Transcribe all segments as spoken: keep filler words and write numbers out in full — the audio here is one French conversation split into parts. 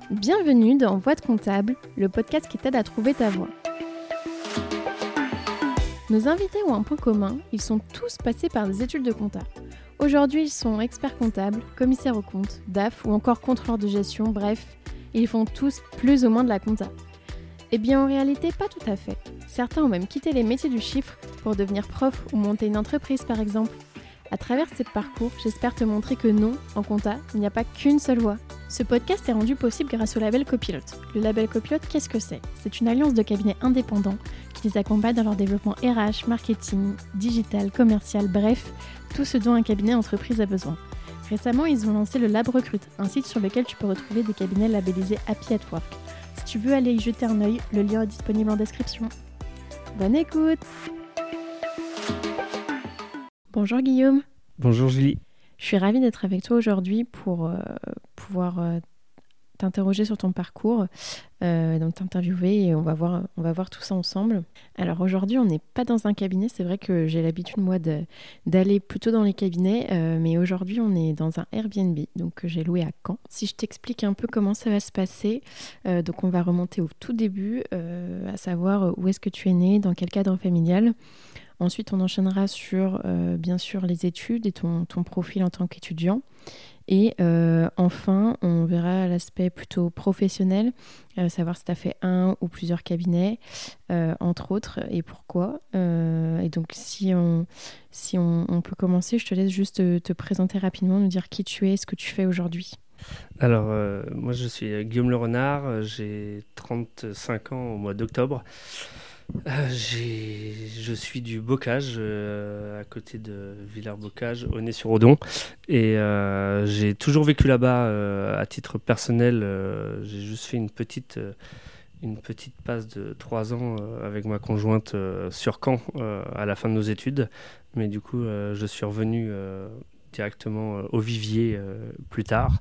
Bienvenue dans Voix de comptable, le podcast qui t'aide à trouver ta voie. Nos invités ont un point commun, ils sont tous passés par des études de compta. Aujourd'hui, ils sont experts comptables, commissaires aux comptes, D A F ou encore contrôleurs de gestion, bref, ils font tous plus ou moins de la compta. Eh bien en réalité, pas tout à fait. Certains ont même quitté les métiers du chiffre pour devenir prof ou monter une entreprise par exemple. À travers ces parcours, j'espère te montrer que non, en compta, il n'y a pas qu'une seule voie. Ce podcast est rendu possible grâce au label Copilote. Le label Copilote, qu'est-ce que c'est ? C'est une alliance de cabinets indépendants qui les accompagne dans leur développement R H, marketing, digital, commercial, bref, tout ce dont un cabinet entreprise a besoin. Récemment, ils ont lancé le Lab Recrute, un site sur lequel tu peux retrouver des cabinets labellisés Happy at Work. Si tu veux aller y jeter un œil, le lien est disponible en description. Bonne écoute ! Bonjour Guillaume. Bonjour Julie. Je suis ravie d'être avec toi aujourd'hui pour euh, pouvoir euh, t'interroger sur ton parcours, euh, donc t'interviewer et on va voir, on va voir tout ça ensemble. Alors aujourd'hui, on n'est pas dans un cabinet, c'est vrai que j'ai l'habitude moi de, d'aller plutôt dans les cabinets, euh, mais aujourd'hui on est dans un Airbnb, donc que j'ai loué à Caen. Si je t'explique un peu comment ça va se passer, euh, donc on va remonter au tout début, euh, à savoir où est-ce que tu es né, dans quel cadre familial. Ensuite, on enchaînera sur, euh, bien sûr, les études et ton, ton profil en tant qu'étudiant. Et euh, enfin, on verra l'aspect plutôt professionnel, euh, savoir si tu as fait un ou plusieurs cabinets, euh, entre autres, et pourquoi. Euh, et donc, si, on, si on, on peut commencer, je te laisse juste te, te présenter rapidement, nous dire qui tu es, ce que tu fais aujourd'hui. Alors, euh, moi, je suis Guillaume Le Renard, j'ai trente-cinq ans au mois d'octobre. Euh, j'ai, je suis du Bocage, euh, à côté de Villers-Bocage, Aulnay-sur-Odon. Et euh, j'ai toujours vécu là-bas euh, à titre personnel. Euh, j'ai juste fait une petite, euh, une petite passe de trois ans euh, avec ma conjointe euh, sur Caen euh, à la fin de nos études. Mais du coup, euh, je suis revenu euh, directement euh, au Vivier euh, plus tard.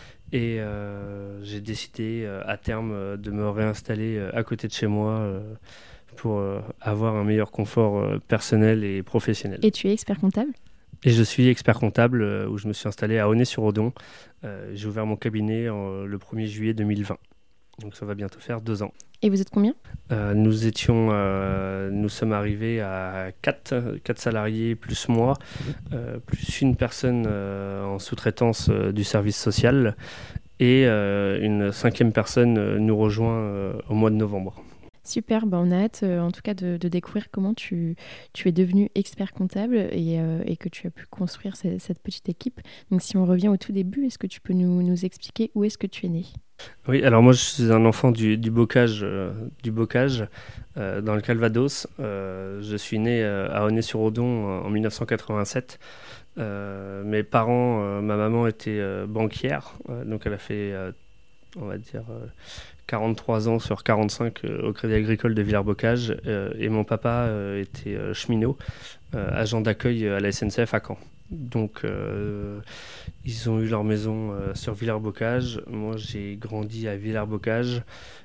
Et euh, j'ai décidé euh, à terme euh, de me réinstaller euh, à côté de chez moi euh, pour euh, avoir un meilleur confort euh, personnel et professionnel. Et tu es expert comptable ? Et je suis expert comptable euh, où je me suis installé à Aulnay-sur-Odon. Euh, j'ai ouvert mon cabinet en, le premier juillet deux mille vingt. Donc ça va bientôt faire deux ans. Et vous êtes combien ? Euh, nous étions, euh, nous sommes arrivés à quatre, quatre salariés plus moi, euh, plus une personne euh, en sous-traitance euh, du service social et euh, une cinquième personne euh, nous rejoint euh, au mois de novembre. Super, bah on a hâte euh, en tout cas de, de découvrir comment tu, tu es devenu expert comptable et, euh, et que tu as pu construire cette, cette petite équipe. Donc si on revient au tout début, est-ce que tu peux nous, nous expliquer où est-ce que tu es né ? Oui, alors moi je suis un enfant du, du Bocage, euh, du Bocage euh, dans le Calvados. Euh, je suis né euh, à Aulnay-sur-Odon en, en dix-neuf cent quatre-vingt-sept. Euh, mes parents, euh, ma maman était euh, banquière, euh, donc elle a fait, euh, on va dire, euh, quarante-trois ans sur quarante-cinq euh, au Crédit Agricole de Villers-Bocage, euh, et mon papa euh, était euh, cheminot, euh, agent d'accueil à la S N C F à Caen. Donc euh, ils ont eu leur maison euh, sur Villers-Bocage. Moi j'ai grandi à Villers-Bocage.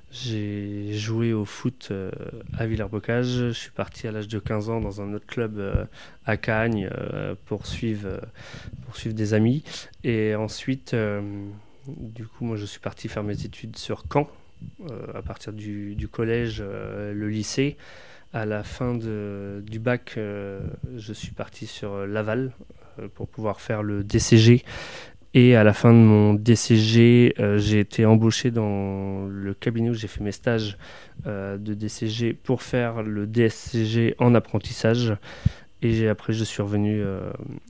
J'ai joué au foot euh, à Villers-Bocage. Je suis parti à l'âge de quinze ans dans un autre club euh, à Cagnes euh, pour, suivre, euh, pour suivre des amis. Et ensuite, euh, du coup, moi je suis parti faire mes études sur Caen, euh, à partir du, du collège, euh, le lycée. À la fin de, du bac, euh, je suis parti sur Laval euh, pour pouvoir faire le D C G. Et à la fin de mon D C G, euh, j'ai été embauché dans le cabinet où j'ai fait mes stages euh, de D C G pour faire le D S C G en apprentissage. Et j'ai, après, je suis revenu euh,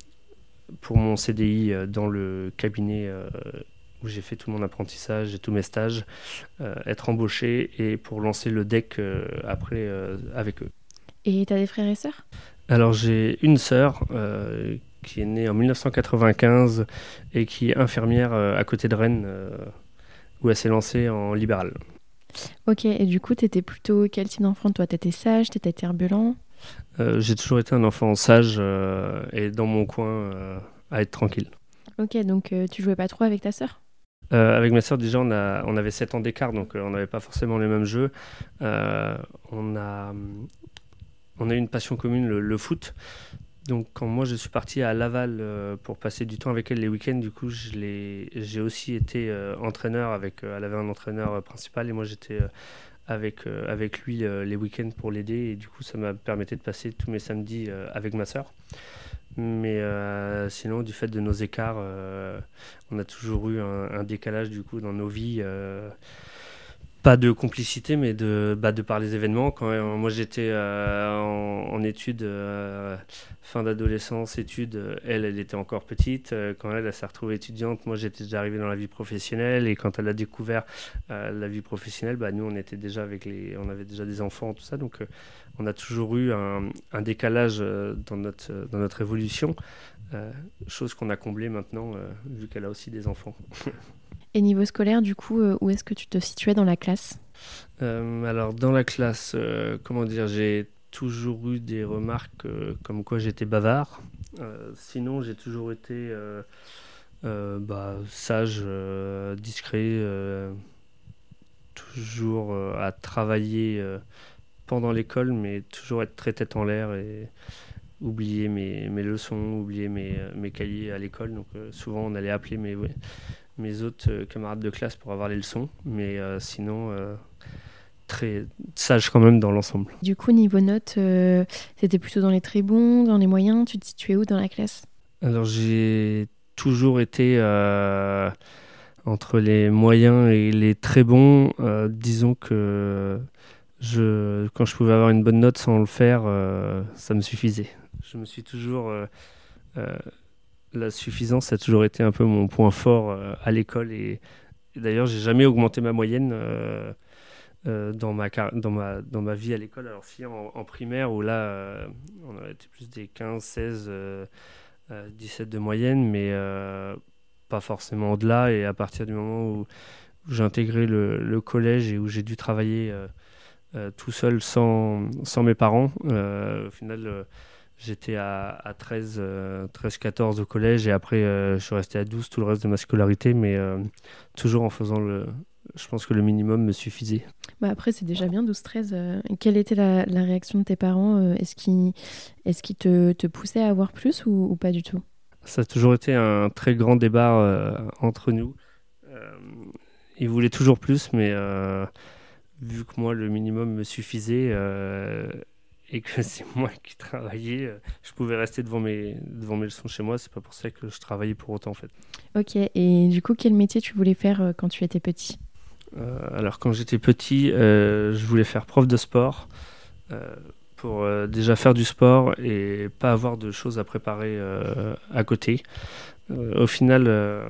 pour mon C D I euh, dans le cabinet euh, où j'ai fait tout mon apprentissage et tous mes stages, euh, être embauché et pour lancer le D E C euh, après euh, avec eux. Et tu as des frères et sœurs ? Alors j'ai une sœur euh, qui est née en dix-neuf cent quatre-vingt-quinze et qui est infirmière euh, à côté de Rennes, euh, où elle s'est lancée en libéral. Ok, et du coup, tu étais plutôt quel type d'enfant ? Toi, tu étais sage, tu étais turbulent ? euh, J'ai toujours été un enfant sage euh, et dans mon coin euh, à être tranquille. Ok, donc euh, tu jouais pas trop avec ta sœur ? Euh, avec ma sœur, déjà, on, a, on avait sept ans d'écart, donc euh, on n'avait pas forcément les mêmes jeux. Euh, on, a, on a eu une passion commune, le, le foot. donc quand moi je suis parti à Laval euh, pour passer du temps avec elle les week-ends, du coup je l'ai- j'ai aussi été euh, entraîneur avec, euh, elle avait un entraîneur euh, principal et moi j'étais euh, avec, euh, avec lui euh, les week-ends pour l'aider et du coup ça m'a permis de passer tous mes samedis euh, avec ma sœur. Mais euh, sinon du fait de nos écarts, euh, on a toujours eu un, un décalage du coup dans nos vies. euh, Pas de complicité, mais de, bah, de par les événements. Quand euh, moi j'étais euh, en, en études, euh, fin d'adolescence, études, euh, elle, elle était encore petite. Euh, quand elle, elle s'est retrouvée étudiante, moi j'étais déjà arrivé dans la vie professionnelle. Et quand elle a découvert euh, la vie professionnelle, bah, nous on était déjà avec les, on avait déjà des enfants, tout ça. Donc euh, on a toujours eu un, un décalage euh, dans notre, dans notre évolution. Euh, chose qu'on a comblée maintenant, euh, vu qu'elle a aussi des enfants. Et niveau scolaire, du coup, euh, où est-ce que tu te situais dans la classe? Euh, alors, dans la classe, euh, comment dire, j'ai toujours eu des remarques euh, comme quoi j'étais bavard. Euh, sinon, j'ai toujours été euh, euh, bah, sage, euh, discret, euh, toujours euh, à travailler euh, pendant l'école, mais toujours être très tête en l'air et oublier mes, mes leçons, oublier mes, euh, mes cahiers à l'école. Donc, euh, souvent, on allait appeler mes, ouais, mes autres euh, camarades de classe pour avoir les leçons. Mais euh, sinon, euh, très sage quand même dans l'ensemble. Du coup, niveau notes, euh, c'était plutôt dans les très bons, dans les moyens. Tu te situais où dans la classe? Alors j'ai toujours été euh, entre les moyens et les très bons. Euh, disons que je, quand je pouvais avoir une bonne note sans le faire, euh, ça me suffisait. Je me suis toujours euh, euh, la suffisance a toujours été un peu mon point fort euh, à l'école et, et d'ailleurs j'ai jamais augmenté ma moyenne. Euh, euh, dans, ma, car- dans, ma, dans ma vie à l'école. Alors si en, en primaire où là euh, on a été plus des quinze, seize, euh, euh, dix-sept de moyenne, mais euh, pas forcément au-delà. Et à partir du moment où, où j'ai intégré le, le collège et où j'ai dû travailler euh, euh, tout seul sans, sans mes parents, euh, au final euh, j'étais à, à treize, euh, treize, quatorze au collège et après euh, je suis resté à douze tout le reste de ma scolarité, mais euh, toujours en faisant le... Je pense que le minimum me suffisait. Bah après, c'est déjà bien, douze treize. Euh, quelle était la, la réaction de tes parents? euh, Est-ce qu'ils est-ce qu'ils te, te poussaient à avoir plus ou, ou pas du tout? Ça a toujours été un très grand débat euh, entre nous. Euh, ils voulaient toujours plus, mais euh, vu que moi, le minimum me suffisait euh, et que c'est moi qui travaillais, euh, je pouvais rester devant mes, devant mes leçons chez moi. C'est pas pour ça que je travaillais pour autant, en fait. Ok, et du coup, quel métier tu voulais faire euh, quand tu étais petit? Euh, alors, quand j'étais petit, euh, je voulais faire prof de sport. euh, pour euh, déjà faire du sport et pas avoir de choses à préparer euh, à côté. Euh, au final, euh,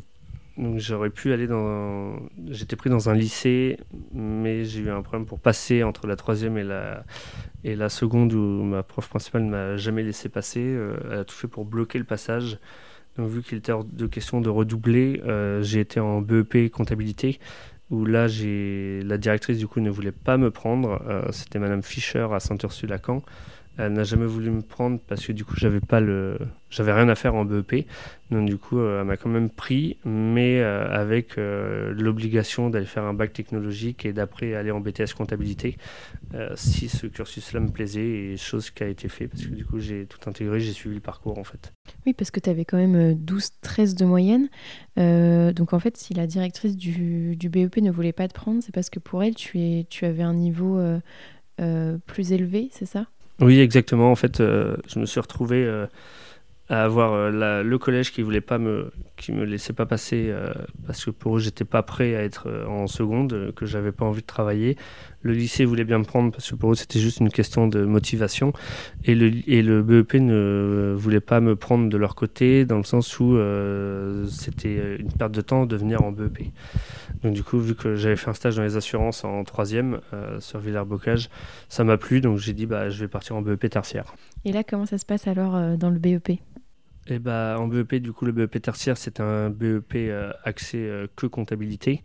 donc j'aurais pu aller dans... J'étais pris dans un lycée, mais j'ai eu un problème pour passer entre la troisième et la, et la seconde où ma prof principale ne m'a jamais laissé passer. Euh, elle a tout fait pour bloquer le passage. Donc vu qu'il était hors de question de redoubler, euh, j'ai été en B E P comptabilité, où là j'ai la directrice du coup ne voulait pas me prendre. Euh, c'était Madame Fischer à Sainte-Ursule-à-Caen. Elle n'a jamais voulu me prendre parce que du coup j'avais pas le, j'avais rien à faire en B E P. Donc du coup euh, elle m'a quand même pris, mais euh, avec euh, l'obligation d'aller faire un bac technologique et d'après aller en B T S comptabilité euh, si ce cursus-là me plaisait, et chose qui a été fait parce que du coup j'ai tout intégré, j'ai suivi le parcours en fait. Oui, parce que tu avais quand même euh, douze treize de moyenne. Euh, donc en fait, si la directrice du, du B E P ne voulait pas te prendre, c'est parce que pour elle, tu, es, tu avais un niveau euh, euh, plus élevé, c'est ça? Oui, exactement. En fait, euh, je me suis retrouvé euh, à avoir euh, la- le collège qui voulait pas me, qui me laissait pas passer euh, parce que pour eux, j'étais pas prêt à être euh, en seconde, euh, que j'avais pas envie de travailler. Le lycée voulait bien me prendre parce que pour eux, c'était juste une question de motivation. Et le, et le B E P ne voulait pas me prendre de leur côté dans le sens où euh, c'était une perte de temps de venir en B E P. Donc du coup, vu que j'avais fait un stage dans les assurances en troisième euh, sur Villers-Bocage, ça m'a plu, donc j'ai dit bah je vais partir en B E P tertiaire. Et là, comment ça se passe alors euh, dans le B E P? Et bah en B E P, du coup le B E P tertiaire, c'est un B E P euh, axé euh, que comptabilité.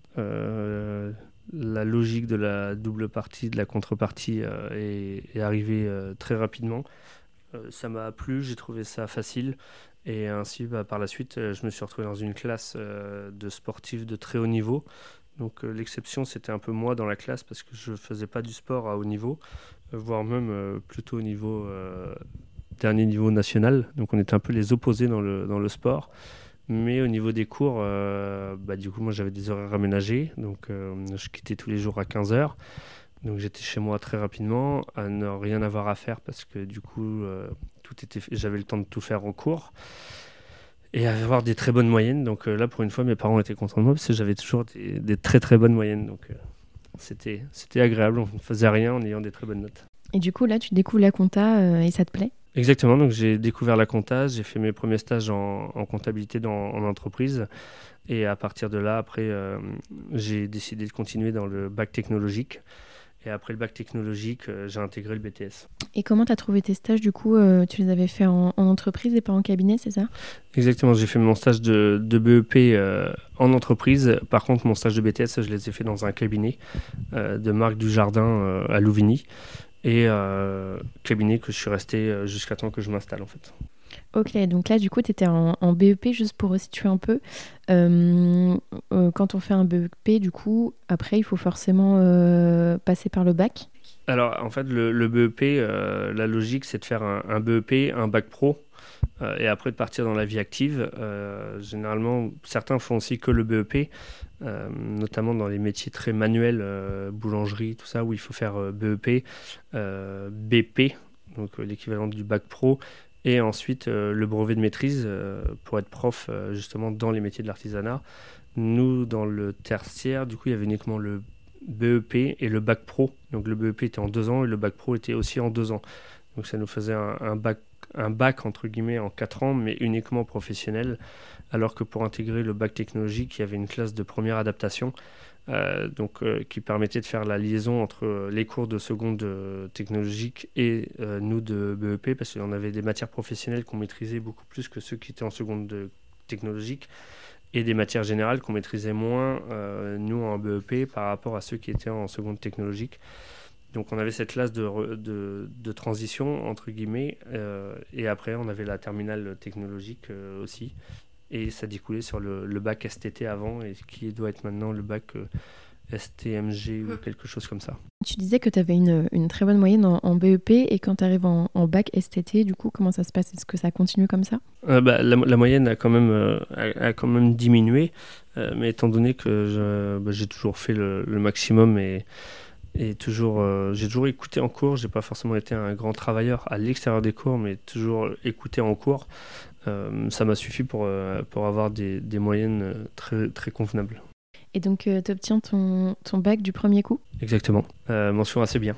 Euh, la logique de la double partie, de la contrepartie euh, est, est arrivée euh, très rapidement. Euh, ça m'a plu, j'ai trouvé ça facile. Et ainsi, bah, par la suite, euh, je me suis retrouvé dans une classe euh, de sportifs de très haut niveau. Donc euh, l'exception, c'était un peu moi dans la classe parce que je ne faisais pas du sport à haut niveau, euh, voire même euh, plutôt au niveau euh, dernier niveau national, donc on était un peu les opposés dans le, dans le sport. Mais au niveau des cours, euh, bah, du coup, moi j'avais des horaires aménagés, donc euh, je quittais tous les jours à quinze heures. Donc j'étais chez moi très rapidement, à ne rien avoir à faire parce que du coup, euh, tout était fait, j'avais le temps de tout faire en cours et avoir des très bonnes moyennes. Donc euh, là, pour une fois, mes parents étaient contents de moi parce que j'avais toujours des, des très très bonnes moyennes. Donc euh, c'était, c'était agréable, on ne faisait rien en ayant des très bonnes notes. Et du coup, là, tu découvres la compta euh, et ça te plaît ? Exactement, donc j'ai découvert la compta, j'ai fait mes premiers stages en, en comptabilité dans, en entreprise. Et à partir de là, après, euh, j'ai décidé de continuer dans le bac technologique. Et après le bac technologique, euh, j'ai intégré le B T S. Et comment tu as trouvé tes stages du coup euh, Tu les avais fait en, en entreprise et pas en cabinet, c'est ça ? Exactement, j'ai fait mon stage de, de B E P euh, en entreprise. Par contre, mon stage de B T S, je les ai fait dans un cabinet euh, de Marc Dujardin euh, à Louvigny. Et euh, cabinet que je suis resté jusqu'à temps que je m'installe en fait. Ok, donc là du coup tu étais en, en B E P, juste pour resituer un peu. Euh, euh, quand on fait un B E P, du coup, après il faut forcément euh, passer par le bac. Alors en fait, le, le B E P, euh, la logique c'est de faire un, un B E P, un bac pro. Euh, et après de partir dans la vie active. Euh, généralement, certains font aussi que le B E P, euh, notamment dans les métiers très manuels, euh, boulangerie, tout ça, où il faut faire euh, B E P, euh, B P, donc euh, l'équivalent du bac pro, et ensuite euh, le brevet de maîtrise euh, pour être prof euh, justement dans les métiers de l'artisanat. Nous, dans le tertiaire, du coup, il y avait uniquement le B E P et le bac pro. Donc le B E P était en deux ans et le bac pro était aussi en deux ans. Donc ça nous faisait un, un bac un bac entre guillemets en quatre ans, mais uniquement professionnel, alors que pour intégrer le bac technologique, il y avait une classe de première adaptation, euh, donc, euh, qui permettait de faire la liaison entre les cours de seconde euh, technologique et euh, nous de B E P, parce qu'on avait des matières professionnelles qu'on maîtrisait beaucoup plus que ceux qui étaient en seconde de technologique, et des matières générales qu'on maîtrisait moins, euh, nous en B E P, par rapport à ceux qui étaient en seconde technologique. Donc on avait cette classe de, de, de transition, entre guillemets, euh, et après on avait la terminale technologique euh, aussi, et ça découlait sur le, le bac S T T avant, et qui doit être maintenant le bac euh, S T M G ou quelque chose comme ça. Tu disais que tu avais une, une très bonne moyenne en, en B E P, et quand tu arrives en, en bac S T T, du coup, comment ça se passe ? Est-ce que ça continue comme ça ? euh, bah, la, la moyenne a quand même, euh, a, a quand même diminué, euh, mais étant donné que je, bah, j'ai toujours fait le, le maximum, et Et toujours, euh, j'ai toujours écouté en cours. J'ai pas forcément été un grand travailleur à l'extérieur des cours, mais toujours écouté en cours. Euh, ça m'a suffi pour, euh, pour avoir des, des moyennes très, très convenables. Et donc, euh, tu obtiens ton, ton bac du premier coup ? Exactement. Euh, mention assez bien.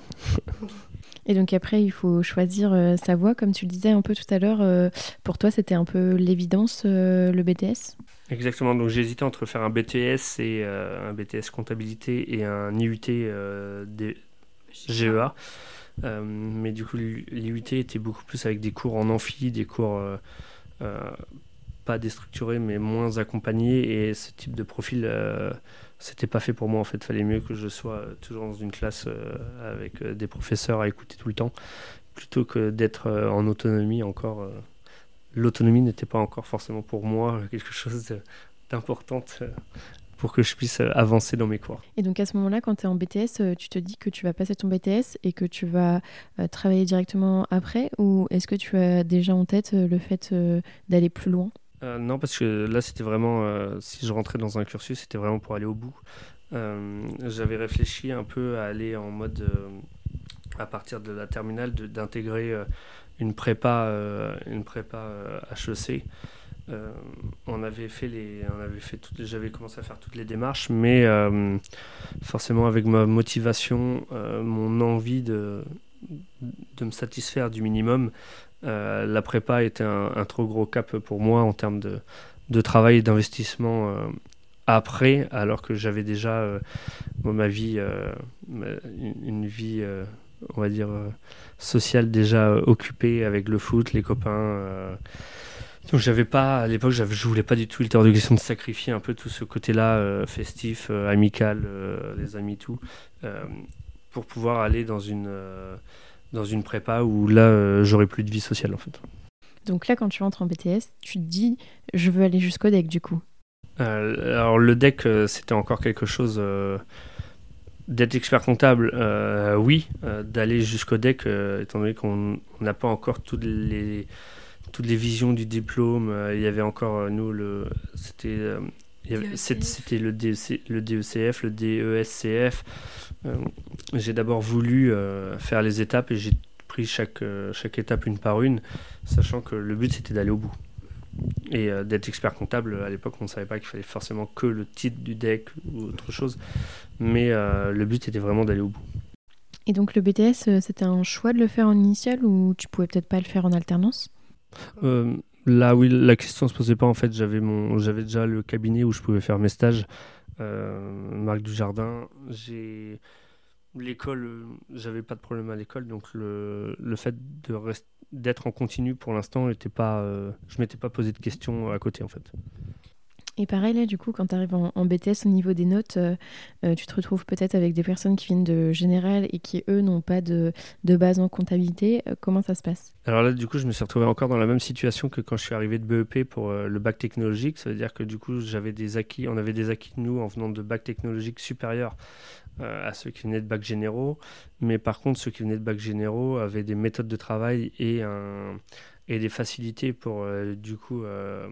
Et donc après, il faut choisir euh, sa voie. Comme tu le disais un peu tout à l'heure, euh, pour toi, c'était un peu l'évidence, euh, le B T S ? Exactement, donc j'ai hésité entre faire un B T S et euh, un B T S comptabilité et un I U T euh, des G E A. Euh, mais du coup, l'I U T était beaucoup plus avec des cours en amphi, des cours euh, euh, pas déstructurés mais moins accompagnés, et ce type de profil, euh, c'était pas fait pour moi en fait. Il fallait mieux que je sois toujours dans une classe euh, avec euh, des professeurs à écouter tout le temps, plutôt que d'être euh, en autonomie encore. Euh, L'autonomie n'était pas encore forcément pour moi quelque chose d'important pour que je puisse avancer dans mes cours. Et donc à ce moment-là, quand tu es en B T S, tu te dis que tu vas passer ton B T S et que tu vas euh, travailler directement après, ou est-ce que tu as déjà en tête euh, le fait euh, d'aller plus loin ? euh, Non, parce que là, c'était vraiment, euh, si je rentrais dans un cursus, c'était vraiment pour aller au bout. Euh, j'avais réfléchi un peu à aller en mode, euh, à partir de la terminale, de, d'intégrer euh, une prépa, euh, une prépa euh, H E C. Euh, on avait fait les, on avait fait toutes les, j'avais commencé à faire toutes les démarches, mais euh, forcément avec ma motivation, euh, mon envie de, de me satisfaire du minimum, euh, la prépa était un, un trop gros cap pour moi en termes de, de travail et d'investissement euh, après, alors que j'avais déjà euh, bon, ma vie, euh, une, une vie, euh, on va dire, euh, sociale déjà euh, occupée avec le foot, les copains. Euh, Donc j'avais pas, à l'époque, j'avais, je voulais pas du tout, il était hors de question de sacrifier un peu tout ce côté-là, euh, festif, euh, amical, euh, les amis, tout, euh, pour pouvoir aller dans une, euh, dans une prépa où là, euh, j'aurais plus de vie sociale en fait. Donc là, quand tu entres en B T S, tu te dis, je veux aller jusqu'au D E C du coup. Euh, alors le D E C, euh, c'était encore quelque chose... Euh, D'être expert comptable, euh, oui. Euh, d'aller jusqu'au D E C, euh, étant donné qu'on n'a pas encore toutes les, toutes les visions du diplôme. Euh, il y avait encore, euh, nous, le, c'était, euh, il y avait- c'est- c'était le, D E C, le D E C F, le D E S C F. Euh, j'ai d'abord voulu euh, faire les étapes et j'ai pris chaque, euh, chaque étape une par une, sachant que le but c'était d'aller au bout. Et euh, d'être expert comptable, à l'époque, on ne savait pas qu'il fallait forcément que le titre du D E C ou autre chose. Mais euh, le but était vraiment d'aller au bout. Et donc le B T S, euh, c'était un choix de le faire en initial ou tu pouvais peut-être pas le faire en alternance? Euh, là, oui, la question ne se posait pas. En fait, j'avais, mon, j'avais déjà le cabinet où je pouvais faire mes stages. Euh, Marc Dujardin. J'ai... L'école, euh, j'avais pas de problème à l'école. Donc le, le fait de rest... d'être en continu pour l'instant, était pas, euh, je m'étais pas posé de questions à côté en fait. Et pareil, là, du coup, quand tu arrives en, en B T S au niveau des notes, euh, euh, tu te retrouves peut-être avec des personnes qui viennent de général et qui, eux, n'ont pas de, de base en comptabilité. Euh, comment ça se passe? Alors là, du coup, je me suis retrouvé encore dans la même situation que quand je suis arrivé de B E P pour euh, le bac technologique. Ça veut dire que du coup, j'avais des acquis, on avait des acquis, nous, en venant de bac technologique supérieur euh, à ceux qui venaient de bac généraux. Mais par contre, ceux qui venaient de bac généraux avaient des méthodes de travail et, un, et des facilités pour, euh, du coup, euh,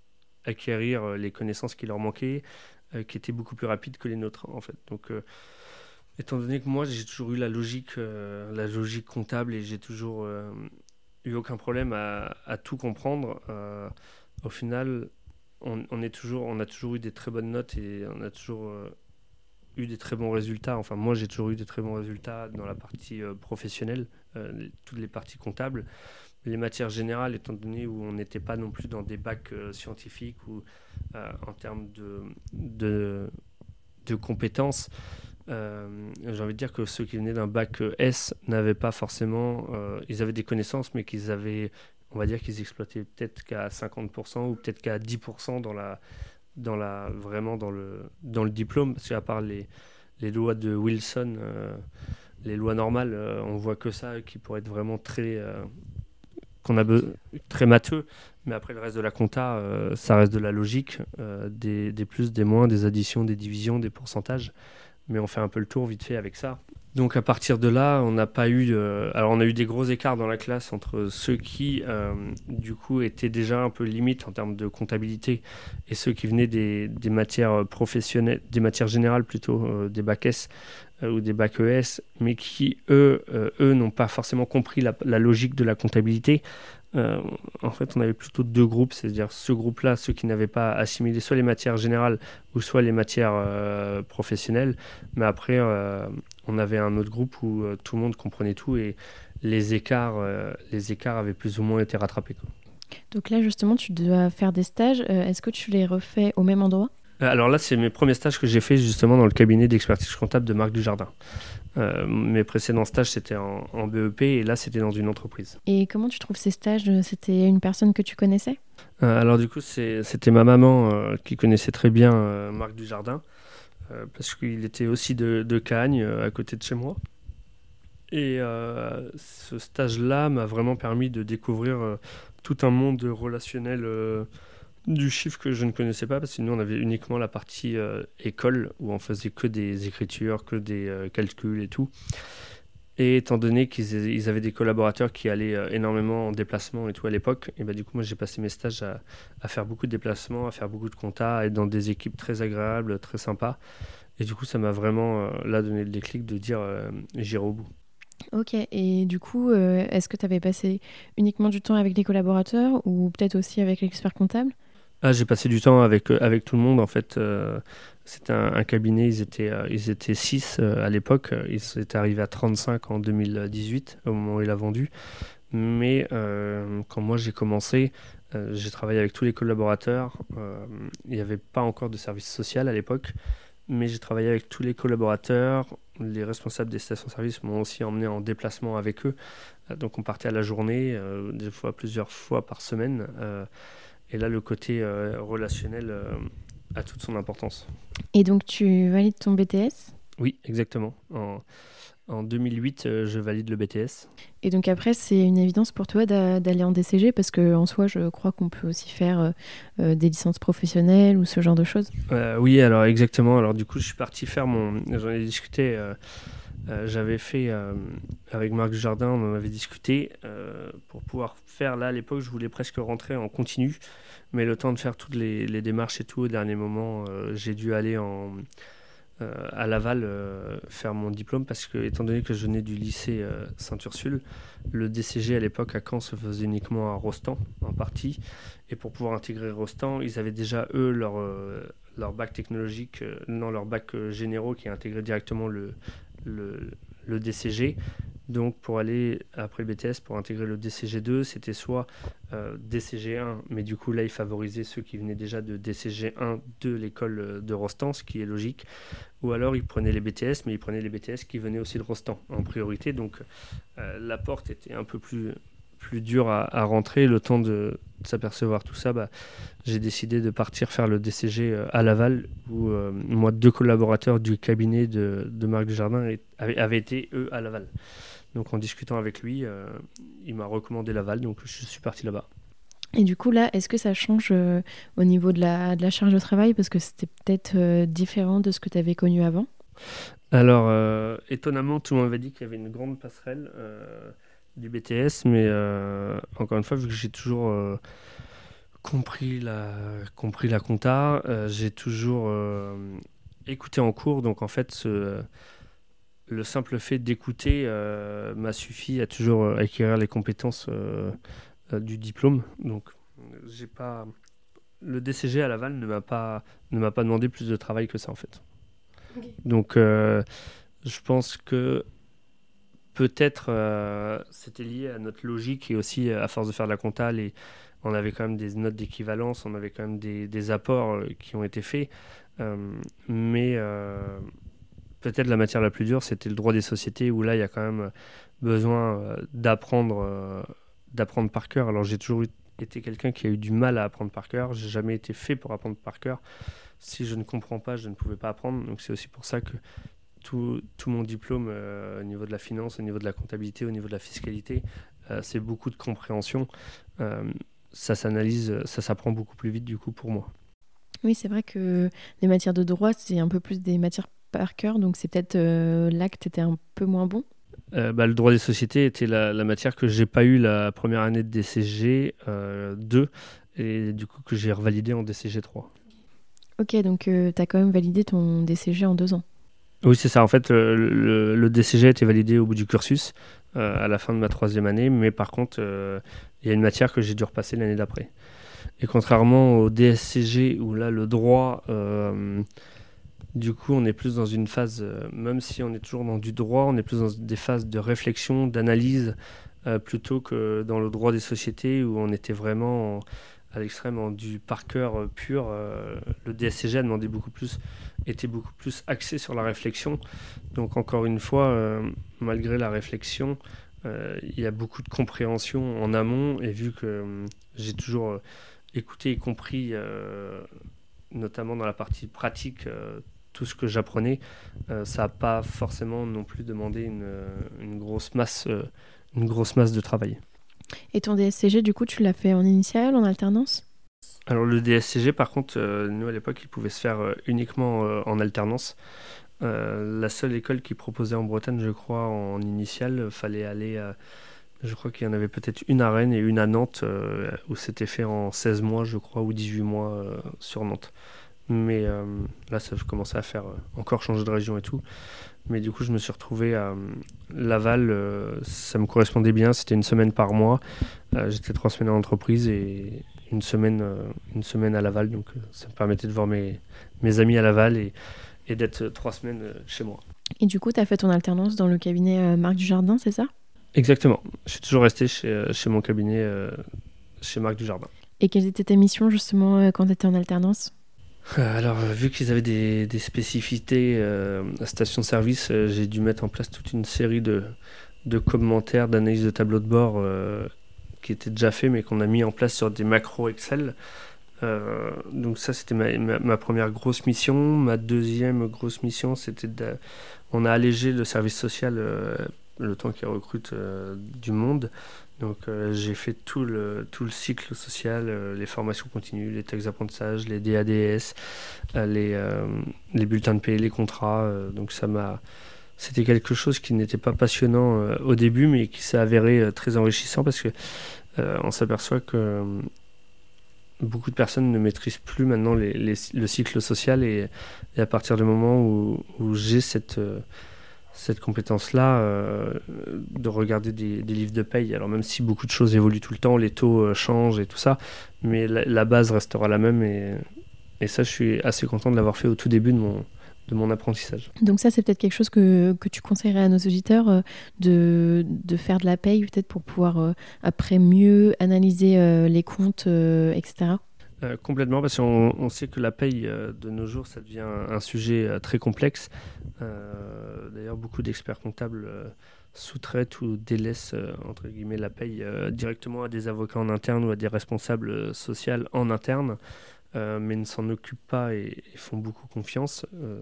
acquérir les connaissances qui leur manquaient, euh, qui étaient beaucoup plus rapides que les nôtres, en fait. Donc, euh, étant donné que moi, j'ai toujours eu la logique, euh, la logique comptable et j'ai toujours euh, eu aucun problème à, à tout comprendre, euh, au final, on, on, est toujours, on a toujours eu des très bonnes notes et on a toujours euh, eu des très bons résultats. Enfin, moi, j'ai toujours eu des très bons résultats dans la partie euh, professionnelle, euh, les, toutes les parties comptables. Les matières générales, étant donné où on n'était pas non plus dans des bacs euh, scientifiques ou euh, en termes de, de, de compétences, euh, j'ai envie de dire que ceux qui venaient d'un bac S n'avaient pas forcément, euh, ils avaient des connaissances, mais qu'ils avaient, on va dire qu'ils exploitaient peut-être qu'à cinquante pour cent ou peut-être qu'à dix pour cent dans la, dans la, vraiment dans le, dans le diplôme, parce qu'à part les, les lois de Wilson, euh, les lois normales, euh, on voit que ça qui pourrait être vraiment très euh, qu'on a be- très matheux, mais après le reste de la compta, euh, ça reste de la logique, euh, des, des plus, des moins, des additions, des divisions, des pourcentages, mais on fait un peu le tour vite fait avec ça. Donc à partir de là, on n'a pas eu, euh, alors on a eu des gros écarts dans la classe entre ceux qui, euh, du coup, étaient déjà un peu limite en termes de comptabilité et ceux qui venaient des, des matières professionnelles, des matières générales plutôt, euh, des bacs S euh, ou des bacs E S, mais qui eux, euh, eux n'ont pas forcément compris la, la logique de la comptabilité. Euh, en fait, on avait plutôt deux groupes, c'est-à-dire ce groupe-là, ceux qui n'avaient pas assimilé soit les matières générales ou soit les matières euh, professionnelles, mais après. Euh, on avait un autre groupe où euh, tout le monde comprenait tout et les écarts, euh, les écarts avaient plus ou moins été rattrapés, quoi. Donc là, justement, tu dois faire des stages. Euh, est-ce que tu les refais au même endroit? Alors là, c'est mes premiers stages que j'ai fait justement dans le cabinet d'expertise comptable de Marc Dujardin. Euh, mes précédents stages, c'était en, en B E P et là, c'était dans une entreprise. Et comment tu trouves ces stages? C'était une personne que tu connaissais? Euh, alors du coup, c'est, c'était ma maman euh, qui connaissait très bien euh, Marc Dujardin euh, parce qu'il était aussi de, de Cagnes, euh, à côté de chez moi. Et euh, ce stage-là m'a vraiment permis de découvrir euh, tout un monde relationnel euh, du chiffre que je ne connaissais pas, parce que nous, on avait uniquement la partie euh, école, où on faisait que des écritures, que des euh, calculs et tout. Et étant donné qu'ils ils avaient des collaborateurs qui allaient euh, énormément en déplacement et tout à l'époque, et bah, du coup, moi, j'ai passé mes stages à, à faire beaucoup de déplacements, à faire beaucoup de compta, à être dans des équipes très agréables, très sympas. Et du coup, ça m'a vraiment euh, là donné le déclic de dire euh, j'irai au bout. Ok, et du coup, euh, est-ce que tu avais passé uniquement du temps avec les collaborateurs ou peut-être aussi avec l'expert comptable? Ah, j'ai passé du temps avec, euh, avec tout le monde en fait. Euh, c'était un, un cabinet, ils étaient, euh, ils étaient six euh, à l'époque. Ils étaient arrivés à trente-cinq en deux mille dix-huit, au moment où il a vendu. Mais euh, quand moi j'ai commencé, euh, j'ai travaillé avec tous les collaborateurs. Euh, il n'y avait pas encore de service social à l'époque, mais j'ai travaillé avec tous les collaborateurs. Les responsables des stations-service m'ont aussi emmené en déplacement avec eux. Euh, donc on partait à la journée, euh, des fois plusieurs fois par semaine. Euh, et là, le côté euh, relationnel euh, a toute son importance. Et donc, tu valides ton B T S? Oui, exactement. En, en deux mille huit, euh, je valide le B T S. Et donc après, c'est une évidence pour toi d'a- d'aller en D C G parce qu'en soi, je crois qu'on peut aussi faire euh, euh, des licences professionnelles ou ce genre de choses. Euh, oui, alors exactement. Alors du coup, je suis parti faire mon... J'en ai discuté, euh, euh, j'avais fait euh, avec Marc Dujardin, on en avait discuté. Euh, pour pouvoir faire, là, à l'époque, je voulais presque rentrer en continu. Mais le temps de faire toutes les, les démarches et tout, au dernier moment, euh, j'ai dû aller en... euh, à Laval euh, faire mon diplôme parce que, étant donné que je venais du lycée euh, Sainte-Ursule, le D C G à l'époque à Caen se faisait uniquement à Rostand en partie. Et pour pouvoir intégrer Rostand, ils avaient déjà eux leur, euh, leur bac technologique, euh, non leur bac euh, généraux qui intégrait directement le, le, le D C G. Donc pour aller après le B T S, pour intégrer le D C G deux, c'était soit euh, D C G un, mais du coup là ils favorisaient ceux qui venaient déjà de D C G un de l'école de Rostand, ce qui est logique, ou alors ils prenaient les B T S, mais ils prenaient les B T S qui venaient aussi de Rostand en priorité. Donc euh, la porte était un peu plus, plus dure à, à rentrer. Le temps de, de s'apercevoir tout ça, bah, j'ai décidé de partir faire le D C G euh, à Laval, où euh, moi, deux collaborateurs du cabinet de, de Marc Dujardin et- avaient, avaient été, eux, à Laval. Donc en discutant avec lui, euh, il m'a recommandé Laval, donc je suis parti là-bas. Et du coup, là, est-ce que ça change euh, au niveau de la, de la charge de travail parce que c'était peut-être euh, différent de ce que tu avais connu avant? Alors, euh, étonnamment, tout le monde m'avait dit qu'il y avait une grande passerelle euh, du B T S, mais euh, encore une fois, vu que j'ai toujours euh, compris la, compris la compta, euh, j'ai toujours euh, écouté en cours, donc en fait, ce, le simple fait d'écouter euh, m'a suffi à toujours euh, acquérir les compétences euh, euh, du diplôme. Donc, j'ai pas, le D C G à Laval ne m'a pas, ne m'a pas demandé plus de travail que ça, en fait. Ok. Donc, euh, je pense que peut-être euh, c'était lié à notre logique et aussi euh, à force de faire de la compta, les- on avait quand même des notes d'équivalence, on avait quand même des, des apports euh, qui ont été faits. Euh, mais euh, peut-être la matière la plus dure, c'était le droit des sociétés où là, il y a quand même besoin euh, d'apprendre, euh, d'apprendre par cœur. Alors j'ai toujours eu- été quelqu'un qui a eu du mal à apprendre par cœur. J'ai jamais été fait pour apprendre par cœur. Si je ne comprends pas, je ne pouvais pas apprendre. Donc c'est aussi pour ça que tout, tout mon diplôme euh, au niveau de la finance, au niveau de la comptabilité, au niveau de la fiscalité, euh, c'est beaucoup de compréhension. Euh, ça s'analyse, ça s'apprend beaucoup plus vite du coup pour moi. Oui, c'est vrai que les matières de droit, c'est un peu plus des matières par cœur, donc c'est peut-être euh, là que tu étais un peu moins bon. Euh, bah, le droit des sociétés était la, la matière que j'ai pas eu la première année de D C G euh, deux et du coup que j'ai revalidé en D C G trois. Ok, donc tu as quand même validé ton D C G en deux ans. Oui, c'est ça. En fait, euh, le, le D C G a été validé au bout du cursus euh, à la fin de ma troisième année, mais par contre, euh, il y a une matière que j'ai dû repasser l'année d'après. Et contrairement au D S C G où là, le droit, euh, du coup, on est plus dans une phase, euh, même si on est toujours dans du droit, on est plus dans des phases de réflexion, d'analyse, euh, plutôt que dans le droit des sociétés où on était vraiment en- à l'extrême en du par cœur euh, pur. Euh, le D S C G a demandé beaucoup plus, était beaucoup plus axé sur la réflexion. Donc encore une fois, euh, malgré la réflexion, euh, il y a beaucoup de compréhension en amont et vu que euh, j'ai toujours euh, écouté et compris, euh, notamment dans la partie pratique, euh, tout ce que j'apprenais, euh, ça n'a pas forcément non plus demandé une, euh, une grosse masse, euh, une grosse masse de travail. Et ton D S C G, du coup, tu l'as fait en initiale, en alternance? Alors le D S C G, par contre, euh, nous à l'époque, il pouvait se faire euh, uniquement euh, en alternance. Euh, la seule école qui proposait en Bretagne, je crois, en initiale, fallait aller à... Je crois qu'il y en avait peut-être une à Rennes et une à Nantes, euh, où c'était fait en seize mois, je crois, ou dix-huit mois euh, sur Nantes. Mais euh, là, ça commençait à faire euh, encore changer de région et tout. Mais du coup, je me suis retrouvé à euh, Laval. Euh, ça me correspondait bien. C'était une semaine par mois. Euh, j'étais trois semaines en entreprise et une semaine, euh, une semaine à Laval. Donc, euh, ça me permettait de voir mes, mes amis à Laval et, et d'être euh, trois semaines euh, chez moi. Et du coup, tu as fait ton alternance dans le cabinet euh, Marc Dujardin, c'est ça? Exactement. Je suis toujours resté chez, euh, chez mon cabinet, euh, chez Marc Dujardin. Et quelles étaient tes missions, justement, euh, quand tu étais en alternance? Euh, Alors, euh, vu qu'ils avaient des, des spécificités euh, à station-service, euh, j'ai dû mettre en place toute une série de, de commentaires, d'analyses de tableaux de bord euh, qui étaient déjà faits, mais qu'on a mis en place sur des macros Excel. Euh, donc ça, c'était ma, ma, ma première grosse mission. Ma deuxième grosse mission, c'était de, on a allégé le service social euh, le temps qu'il recrute euh, du monde. Donc euh, j'ai fait tout le, tout le cycle social, euh, les formations continues, les textes d'apprentissage, les D A D S, euh, les, euh, les bulletins de paie, les contrats. Euh, donc ça m'a, c'était quelque chose qui n'était pas passionnant euh, au début, mais qui s'est avéré euh, très enrichissant parce que euh, on s'aperçoit que euh, beaucoup de personnes ne maîtrisent plus maintenant les, les, le cycle social et, et à partir du moment où, où j'ai cette, euh, cette compétence-là, euh, de regarder des, des livres de paye, alors même si beaucoup de choses évoluent tout le temps, les taux euh, changent et tout ça, mais la, la base restera la même et, et ça, je suis assez content de l'avoir fait au tout début de mon, de mon apprentissage. Donc ça, c'est peut-être quelque chose que, que tu conseillerais à nos auditeurs, euh, de, de faire de la paye, peut-être pour pouvoir euh, après mieux analyser euh, les comptes, euh, et cetera. Euh, complètement, parce qu'on on sait que la paye euh, de nos jours, ça devient un, un sujet euh, très complexe. Euh, d'ailleurs, beaucoup d'experts comptables euh, sous-traitent ou délaissent euh, entre guillemets la paye euh, directement à des avocats en interne ou à des responsables euh, sociaux en interne, euh, mais ne s'en occupent pas et, et font beaucoup confiance. Euh,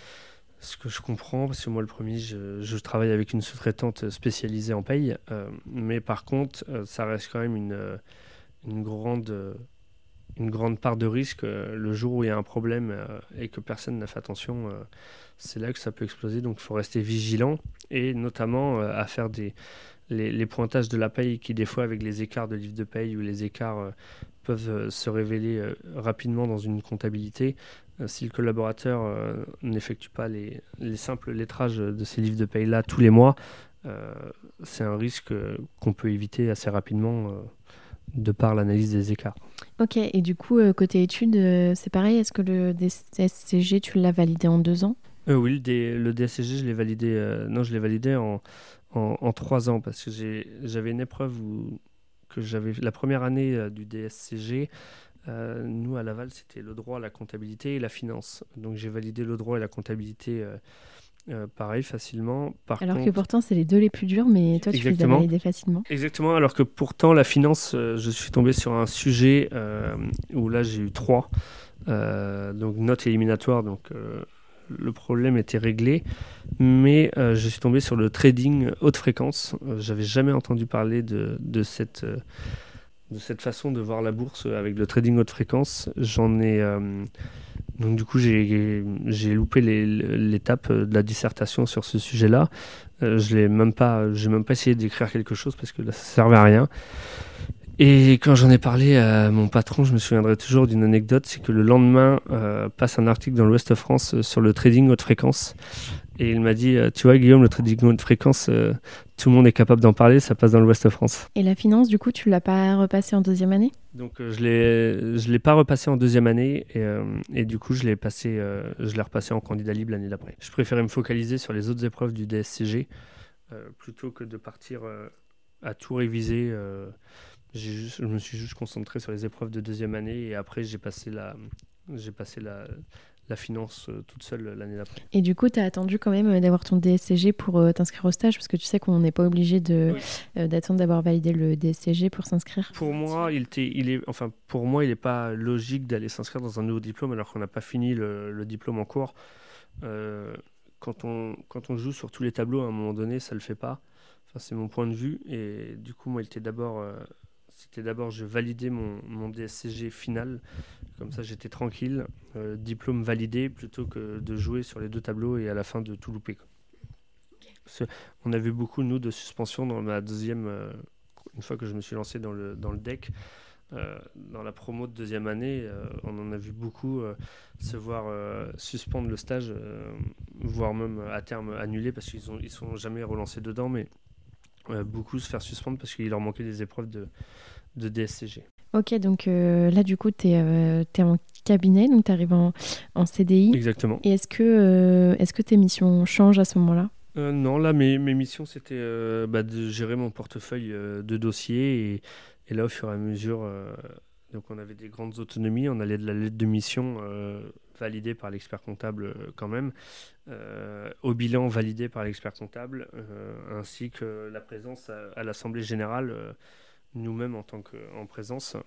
ce que je comprends, parce que moi le premier, je, je travaille avec une sous-traitante spécialisée en paye, euh, mais par contre, euh, ça reste quand même une, euh, une grande... euh, une grande part de risque. Euh, le jour où il y a un problème euh, et que personne n'a fait attention, euh, c'est là que ça peut exploser. Donc il faut rester vigilant et notamment euh, à faire des, les, les pointages de la paye qui des fois avec les écarts de livre de paye ou les écarts euh, peuvent euh, se révéler euh, rapidement dans une comptabilité. Euh, si le collaborateur euh, n'effectue pas les, les simples lettrages de ces livres de paye-là tous les mois, euh, c'est un risque euh, qu'on peut éviter assez rapidement euh, de par l'analyse des écarts. Ok, et du coup, euh, côté études, euh, c'est pareil, est-ce que le D S C G, tu l'as validé en deux ans? Euh, oui, le, D- le D S C G, je l'ai validé, euh, non, je l'ai validé en, en, en trois ans parce que j'ai, j'avais une épreuve où, que j'avais la première année euh, du D S C G. Euh, nous, à Laval, c'était le droit, la comptabilité et la finance. Donc, j'ai validé le droit et la comptabilité, euh, euh, pareil, facilement. Par Alors que contre, pourtant, c'est les deux les plus durs, mais toi, tu les as exactement. validés facilement. Exactement, alors que pourtant, la finance, euh, je suis tombé sur un sujet euh, où là, j'ai eu trois. Euh, donc, notes éliminatoires, donc euh, le problème était réglé. Mais euh, je suis tombé sur le trading haute fréquence. Euh, j'avais jamais entendu parler de, de cette, euh, de cette façon de voir la bourse avec le trading haute fréquence. J'en ai... euh, donc du coup, j'ai, j'ai loupé les- l'étape de la dissertation sur ce sujet-là. Euh, je n'ai même pas, j'ai même pas essayé d'écrire quelque chose parce que là, ça servait à rien. Et quand j'en ai parlé à mon patron, je me souviendrai toujours d'une anecdote, c'est que le lendemain euh, passe un article dans l'Ouest France euh, sur le trading haute fréquence. Et il m'a dit, euh, tu vois Guillaume, le trading haute fréquence, euh, tout le monde est capable d'en parler, ça passe dans l'Ouest France. Et la finance, du coup, tu l'as pas repassé en deuxième année? Donc euh, je l'ai, je l'ai pas repassé en deuxième année et, euh, et du coup je l'ai passé, euh, je l'ai repassé en candidat libre l'année d'après. Je préférais me focaliser sur les autres épreuves du D S C G euh, plutôt que de partir euh, à tout réviser. Euh, j'ai juste, je me suis juste concentré sur les épreuves de deuxième année et après j'ai passé la, j'ai passé la, la finance euh, toute seule l'année d'après. Et du coup, tu as attendu quand même euh, d'avoir ton D S C G pour euh, t'inscrire au stage, parce que tu sais qu'on n'est pas obligé de, Oui. euh, d'attendre d'avoir validé le D S C G pour s'inscrire. Pour moi, il, était, il est, enfin pour moi, il n'est pas logique d'aller s'inscrire dans un nouveau diplôme alors qu'on n'a pas fini le, le diplôme en cours. Euh, quand on, quand on joue sur tous les tableaux, à un moment donné, ça ne le fait pas. Enfin, c'est mon point de vue. Et du coup, moi, il était d'abord, euh, c'était d'abord, je validais mon, mon D S C G final. Comme ça, j'étais tranquille. Euh, diplôme validé plutôt que de jouer sur les deux tableaux et à la fin de tout louper, quoi. Parce que on a vu beaucoup, nous, de suspensions dans ma deuxième... euh, une fois que je me suis lancé dans le, dans le deck, euh, dans la promo de deuxième année, euh, on en a vu beaucoup euh, se voir euh, suspendre le stage, euh, voire même à terme annuler parce qu'ils ne ils sont jamais relancés dedans, mais euh, beaucoup se faire suspendre parce qu'il leur manquait des épreuves de, de D S C G. Ok, donc euh, là, du coup, tu es euh, en cabinet, donc tu arrives en, en C D I. Exactement. Et est-ce que, euh, est-ce que tes missions changent à ce moment-là? Euh, non, là, mes, mes missions, c'était euh, bah, de gérer mon portefeuille euh, de dossiers. Et, et là, au fur et à mesure, euh, donc on avait des grandes autonomies. On allait de la lettre de mission euh, validée par l'expert comptable euh, quand même, euh, au bilan validé par l'expert comptable, euh, ainsi que la présence à, à l'Assemblée générale, euh, nous-mêmes en tant qu'en présence.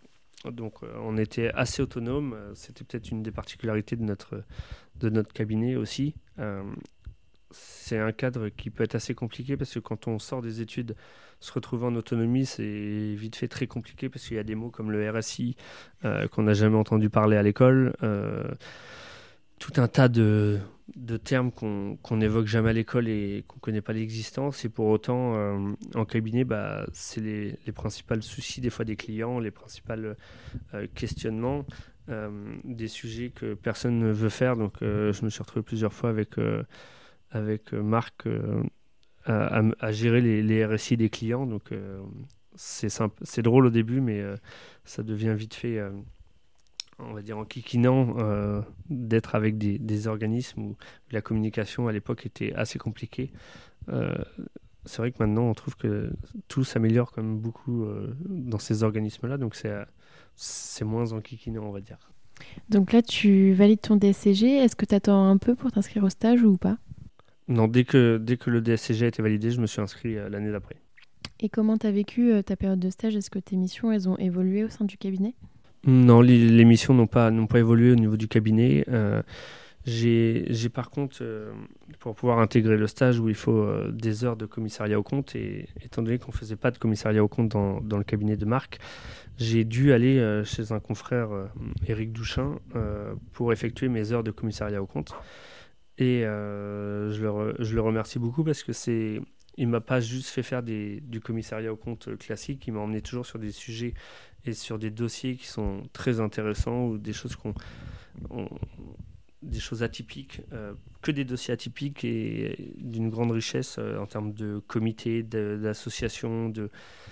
Donc euh, on était assez autonome. C'était peut-être une des particularités de notre, de notre cabinet aussi. Euh, c'est un cadre qui peut être assez compliqué parce que quand on sort des études, se retrouver en autonomie, c'est vite fait très compliqué parce qu'il y a des mots comme le R S I euh, qu'on n'a jamais entendu parler à l'école. Euh, tout un tas de, de termes qu'on qu'on n'évoque jamais à l'école et qu'on ne connaît pas l'existence. Et pour autant, euh, en cabinet, bah, c'est les, les principaux soucis des fois des clients, les principaux euh, questionnements, euh, des sujets que personne ne veut faire. Donc euh, je me suis retrouvé plusieurs fois avec, euh, avec Marc euh, à, à, à gérer les, les R S I des clients. Donc euh, c'est simple, c'est drôle au début, mais euh, ça devient vite fait... Euh, on va dire en kikinant, euh, d'être avec des, des organismes où la communication à l'époque était assez compliquée. Euh, c'est vrai que maintenant on trouve que tout s'améliore quand même beaucoup euh, dans ces organismes-là, donc c'est, c'est moins en kikinant, on va dire. Donc là, tu valides ton D S C G. Est-ce que tu attends un peu pour t'inscrire au stage ou pas? Non, dès que, dès que le D S C G a été validé, je me suis inscrit euh, l'année d'après. Et comment tu as vécu euh, ta période de stage? Est-ce que tes missions, elles ont évolué au sein du cabinet? Non, les, les missions n'ont pas, n'ont pas évolué au niveau du cabinet. Euh, j'ai, j'ai par contre, euh, pour pouvoir intégrer le stage où il faut euh, des heures de commissariat au compte, et étant donné qu'on ne faisait pas de commissariat au compte dans, dans le cabinet de Marc, j'ai dû aller euh, chez un confrère, euh, Éric Douchin, euh, pour effectuer mes heures de commissariat au compte. Et euh, je, le re- je le remercie beaucoup parce que c'est, il m'a pas juste fait faire des, du commissariat au compte classique, il m'a emmené toujours sur des sujets et sur des dossiers qui sont très intéressants ou des choses qu'on, on- des choses atypiques, euh, que des dossiers atypiques et d'une grande richesse euh, en termes de comités, de- d'associations, de,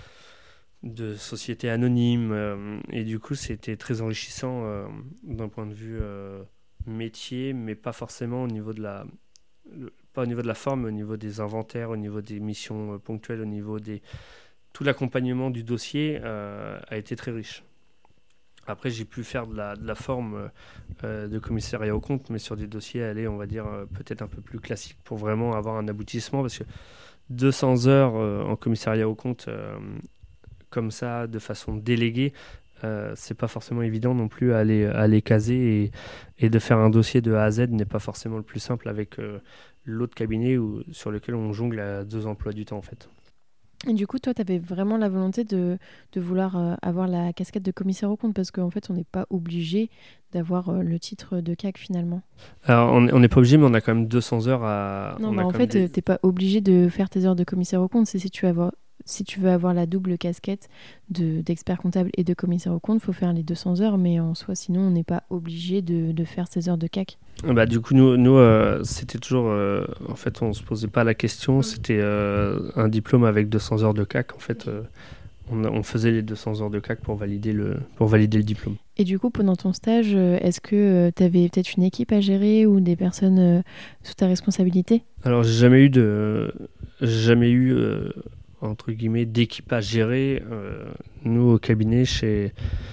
de sociétés anonymes. Euh, et du coup, c'était très enrichissant euh, d'un point de vue euh, métier, mais pas forcément au niveau de la, le- pas au niveau de la forme, mais au niveau des inventaires, au niveau des missions euh, ponctuelles, au niveau des... Tout l'accompagnement du dossier euh, a été très riche. Après, j'ai pu faire de la, de la forme euh, de commissariat au compte, mais sur des dossiers, aller, on va dire, euh, peut-être un peu plus classiques pour vraiment avoir un aboutissement, parce que deux cents heures euh, en commissariat au compte, euh, comme ça, de façon déléguée, euh, c'est pas forcément évident non plus à les, à les caser, et, et de faire un dossier de A à Z n'est pas forcément le plus simple avec euh, l'autre cabinet où, sur lequel on jongle à deux emplois du temps, en fait. Et du coup, toi, tu avais vraiment la volonté de, de vouloir euh, avoir la casquette de commissaire aux comptes parce qu'en fait, on n'est pas obligé d'avoir euh, le titre de C A C finalement. Alors, on on n'est pas obligé, mais on a quand même deux cents heures à... Non, On bah, a en quand même fait, des... tu n'es pas obligé de faire tes heures de commissaire aux comptes. C'est si tu veux avoir, si tu veux avoir la double casquette de, d'expert comptable et de commissaire aux comptes, il faut faire les deux cents heures, mais en soi, sinon, on n'est pas obligé de, de faire ces heures de C A C. Bah, du coup, nous, nous euh, c'était toujours... euh, en fait, on se posait pas la question. C'était euh, un diplôme avec deux cents heures de C A C. En fait, euh, on, a- on faisait les deux cents heures de C A C pour valider le, pour valider le diplôme. Et du coup, pendant ton stage, euh, est-ce que tu avais peut-être une équipe à gérer ou des personnes euh, sous ta responsabilité? Alors, j'ai jamais eu de... j'ai jamais eu, euh, entre guillemets, d'équipe à gérer. Euh, nous, au cabinet, chez,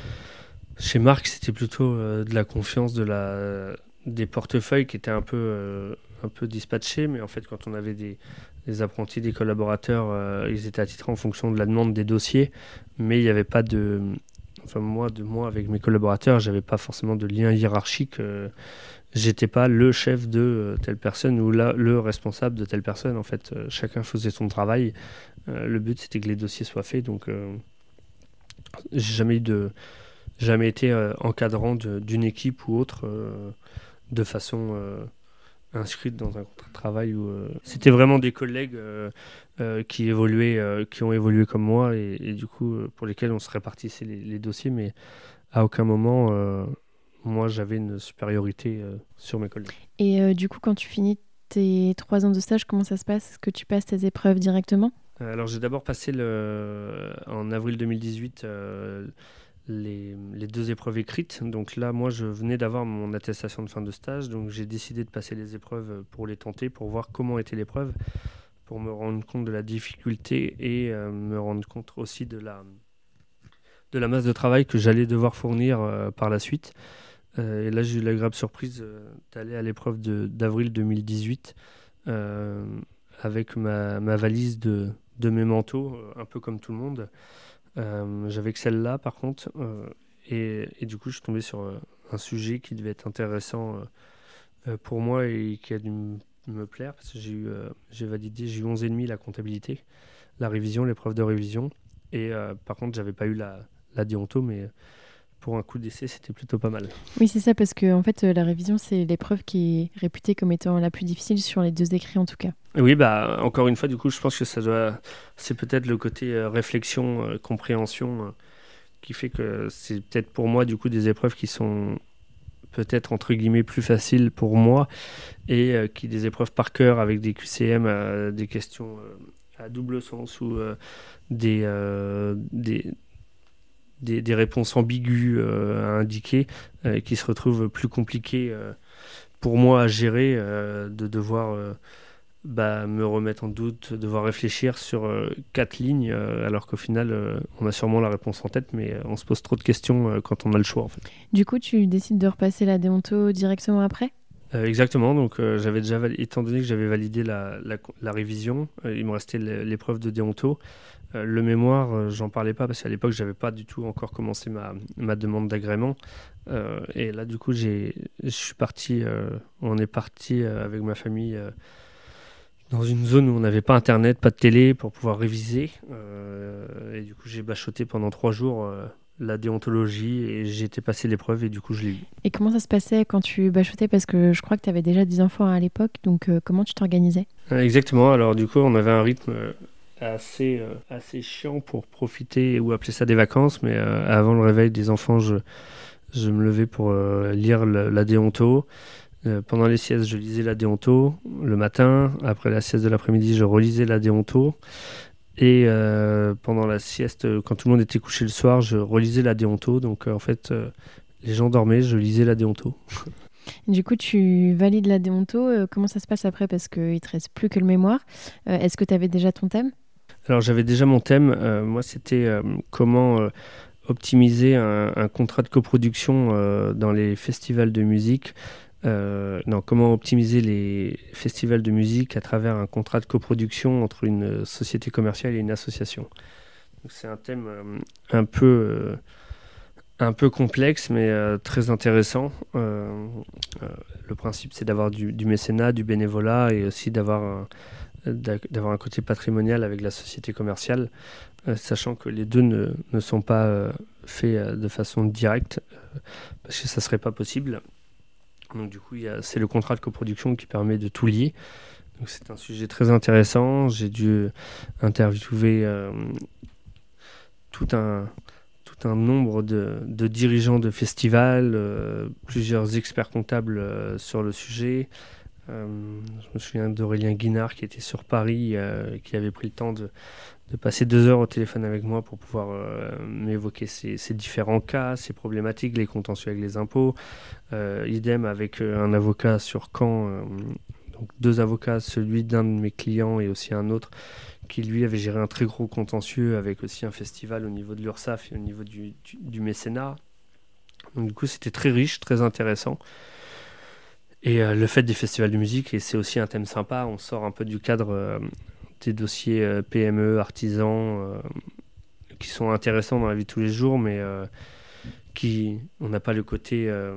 chez Marc, c'était plutôt euh, de la confiance, de la, des portefeuilles qui étaient un peu, euh, un peu dispatchés. Mais en fait, quand on avait des, des apprentis, des collaborateurs, euh, ils étaient attitrés en fonction de la demande des dossiers. Mais il n'y avait pas de... Enfin, moi, de moi, avec mes collaborateurs, j'avais pas forcément de lien hiérarchique. Euh, j'étais pas le chef de euh, telle personne ou là, le responsable de telle personne. En fait, euh, chacun faisait son travail. Euh, le but, c'était que les dossiers soient faits. Donc, euh, j'ai jamais eu de, jamais été euh, encadrant de- d'une équipe ou autre euh, de façon euh, inscrite dans un contrat de travail. Où, euh, c'était vraiment des collègues euh, euh, qui évoluaient, euh, qui ont évolué comme moi et, et du coup euh, pour lesquels on se répartissait les, les dossiers, mais à aucun moment euh, moi j'avais une supériorité euh, sur mes collègues. Et euh, du coup, quand tu finis tes trois ans de stage, comment ça se passe? Est-ce que tu passes tes épreuves directement? Euh, Alors j'ai d'abord passé le, en avril deux mille dix-huit euh, les, les deux épreuves écrites. Donc là, moi, je venais d'avoir mon attestation de fin de stage, donc j'ai décidé de passer les épreuves pour les tenter, pour voir comment était l'épreuve, pour me rendre compte de la difficulté et euh, me rendre compte aussi de la, de la masse de travail que j'allais devoir fournir euh, par la suite. Euh, et là, j'ai eu l'agréable surprise euh, d'aller à l'épreuve de, d'avril deux mille dix-huit euh, avec ma, ma valise de, de mes manteaux, euh, un peu comme tout le monde. Euh, j'avais que celle-là, par contre. Euh, et, et du coup, je suis tombé sur euh, un sujet qui devait être intéressant euh, pour moi et qui a dû m- me plaire, parce que j'ai eu, euh, j'ai validé, j'ai eu onze virgule cinq la comptabilité, la révision, l'épreuve de révision. Et euh, par contre, j'avais pas eu la, la déonto, mais pour un coup d'essai, c'était plutôt pas mal. Oui, c'est ça, parce que en fait, euh, la révision, c'est l'épreuve qui est réputée comme étant la plus difficile sur les deux écrits en tout cas. Oui, bah encore une fois, du coup, je pense que ça doit, c'est peut-être le côté euh, réflexion, euh, compréhension, euh, qui fait que c'est peut-être pour moi, du coup, des épreuves qui sont peut-être entre guillemets plus faciles pour moi et euh, qui des épreuves par cœur avec des Q C M, euh, des questions euh, à double sens ou euh, des, euh, des, des, des réponses ambiguës euh, à indiquer, euh, qui se retrouvent plus compliquées euh, pour moi à gérer, euh, de devoir euh, bah, me remettre en doute, devoir réfléchir sur euh, quatre lignes, euh, alors qu'au final, euh, on a sûrement la réponse en tête, mais euh, on se pose trop de questions euh, quand on a le choix, en fait. Du coup, tu décides de repasser la déonto directement après? Euh, exactement, donc euh, j'avais déjà vali- étant donné que j'avais validé la, la, la révision, euh, il me restait l'é- l'épreuve de déonto. Euh, le mémoire, euh, j'en parlais pas parce qu'à l'époque, j'avais pas du tout encore commencé ma, ma demande d'agrément. Euh, et là, du coup, j'ai, je suis parti, euh, on est parti euh, avec ma famille euh, dans une zone où on n'avait pas internet, pas de télé pour pouvoir réviser. Euh, et du coup, j'ai bachoté pendant trois jours euh, la déontologie et j'ai été passer l'épreuve et du coup, je l'ai eu. Et comment ça se passait quand tu bachotais? Parce que je crois que tu avais déjà des enfants à l'époque, donc euh, comment tu t'organisais? Euh, Exactement, alors du coup, on avait un rythme euh, assez, euh, assez chiant pour profiter ou appeler ça des vacances, mais euh, avant le réveil des enfants, je, je me levais pour euh, lire le- la déonto. Euh, pendant les siestes, je lisais la déonto le matin. Après la sieste de l'après-midi, je relisais la déonto. Et euh, pendant la sieste, euh, quand tout le monde était couché le soir, je relisais la déonto. Donc euh, en fait, euh, les gens dormaient, je lisais la déonto. Du coup, tu valides la déonto, euh, comment ça se passe après? Parce qu'il te reste plus que le mémoire. Euh, est-ce que tu avais déjà ton thème? Alors j'avais déjà mon thème. Euh, moi, c'était euh, comment euh, optimiser un, un contrat de coproduction euh, dans les festivals de musique. Euh, non, comment optimiser les festivals de musique à travers un contrat de coproduction entre une société commerciale et une association. Donc, c'est un thème euh, un peu, euh, un peu complexe, mais euh, très intéressant. Euh, euh, le principe, c'est d'avoir du, du mécénat, du bénévolat et aussi d'avoir un, d'a- d'avoir un côté patrimonial avec la société commerciale, euh, sachant que les deux ne, ne sont pas euh, faits euh, de façon directe, euh, parce que ça ne serait pas possible. Donc du coup, il y a- c'est le contrat de coproduction qui permet de tout lier. Donc c'est un sujet très intéressant. J'ai dû interviewer euh, tout un, tout un nombre de, de dirigeants de festivals, euh, plusieurs experts comptables euh, sur le sujet. Euh, je me souviens d'Aurélien Guinard qui était sur Paris, euh, qui avait pris le temps de, de passer deux heures au téléphone avec moi pour pouvoir euh, m'évoquer ces, ces différents cas, ces problématiques, les contentieux avec les impôts. Euh, idem avec euh, un avocat sur Caen, euh, donc deux avocats, celui d'un de mes clients et aussi un autre qui lui avait géré un très gros contentieux avec aussi un festival au niveau de l'URSSAF et au niveau du, du, du mécénat. Donc du coup c'était très riche, très intéressant. Et euh, le fait des festivals de musique, et c'est aussi un thème sympa, on sort un peu du cadre euh, des dossiers euh, P M E, artisans, euh, qui sont intéressants dans la vie de tous les jours, mais euh, qui, on n'a pas le côté euh,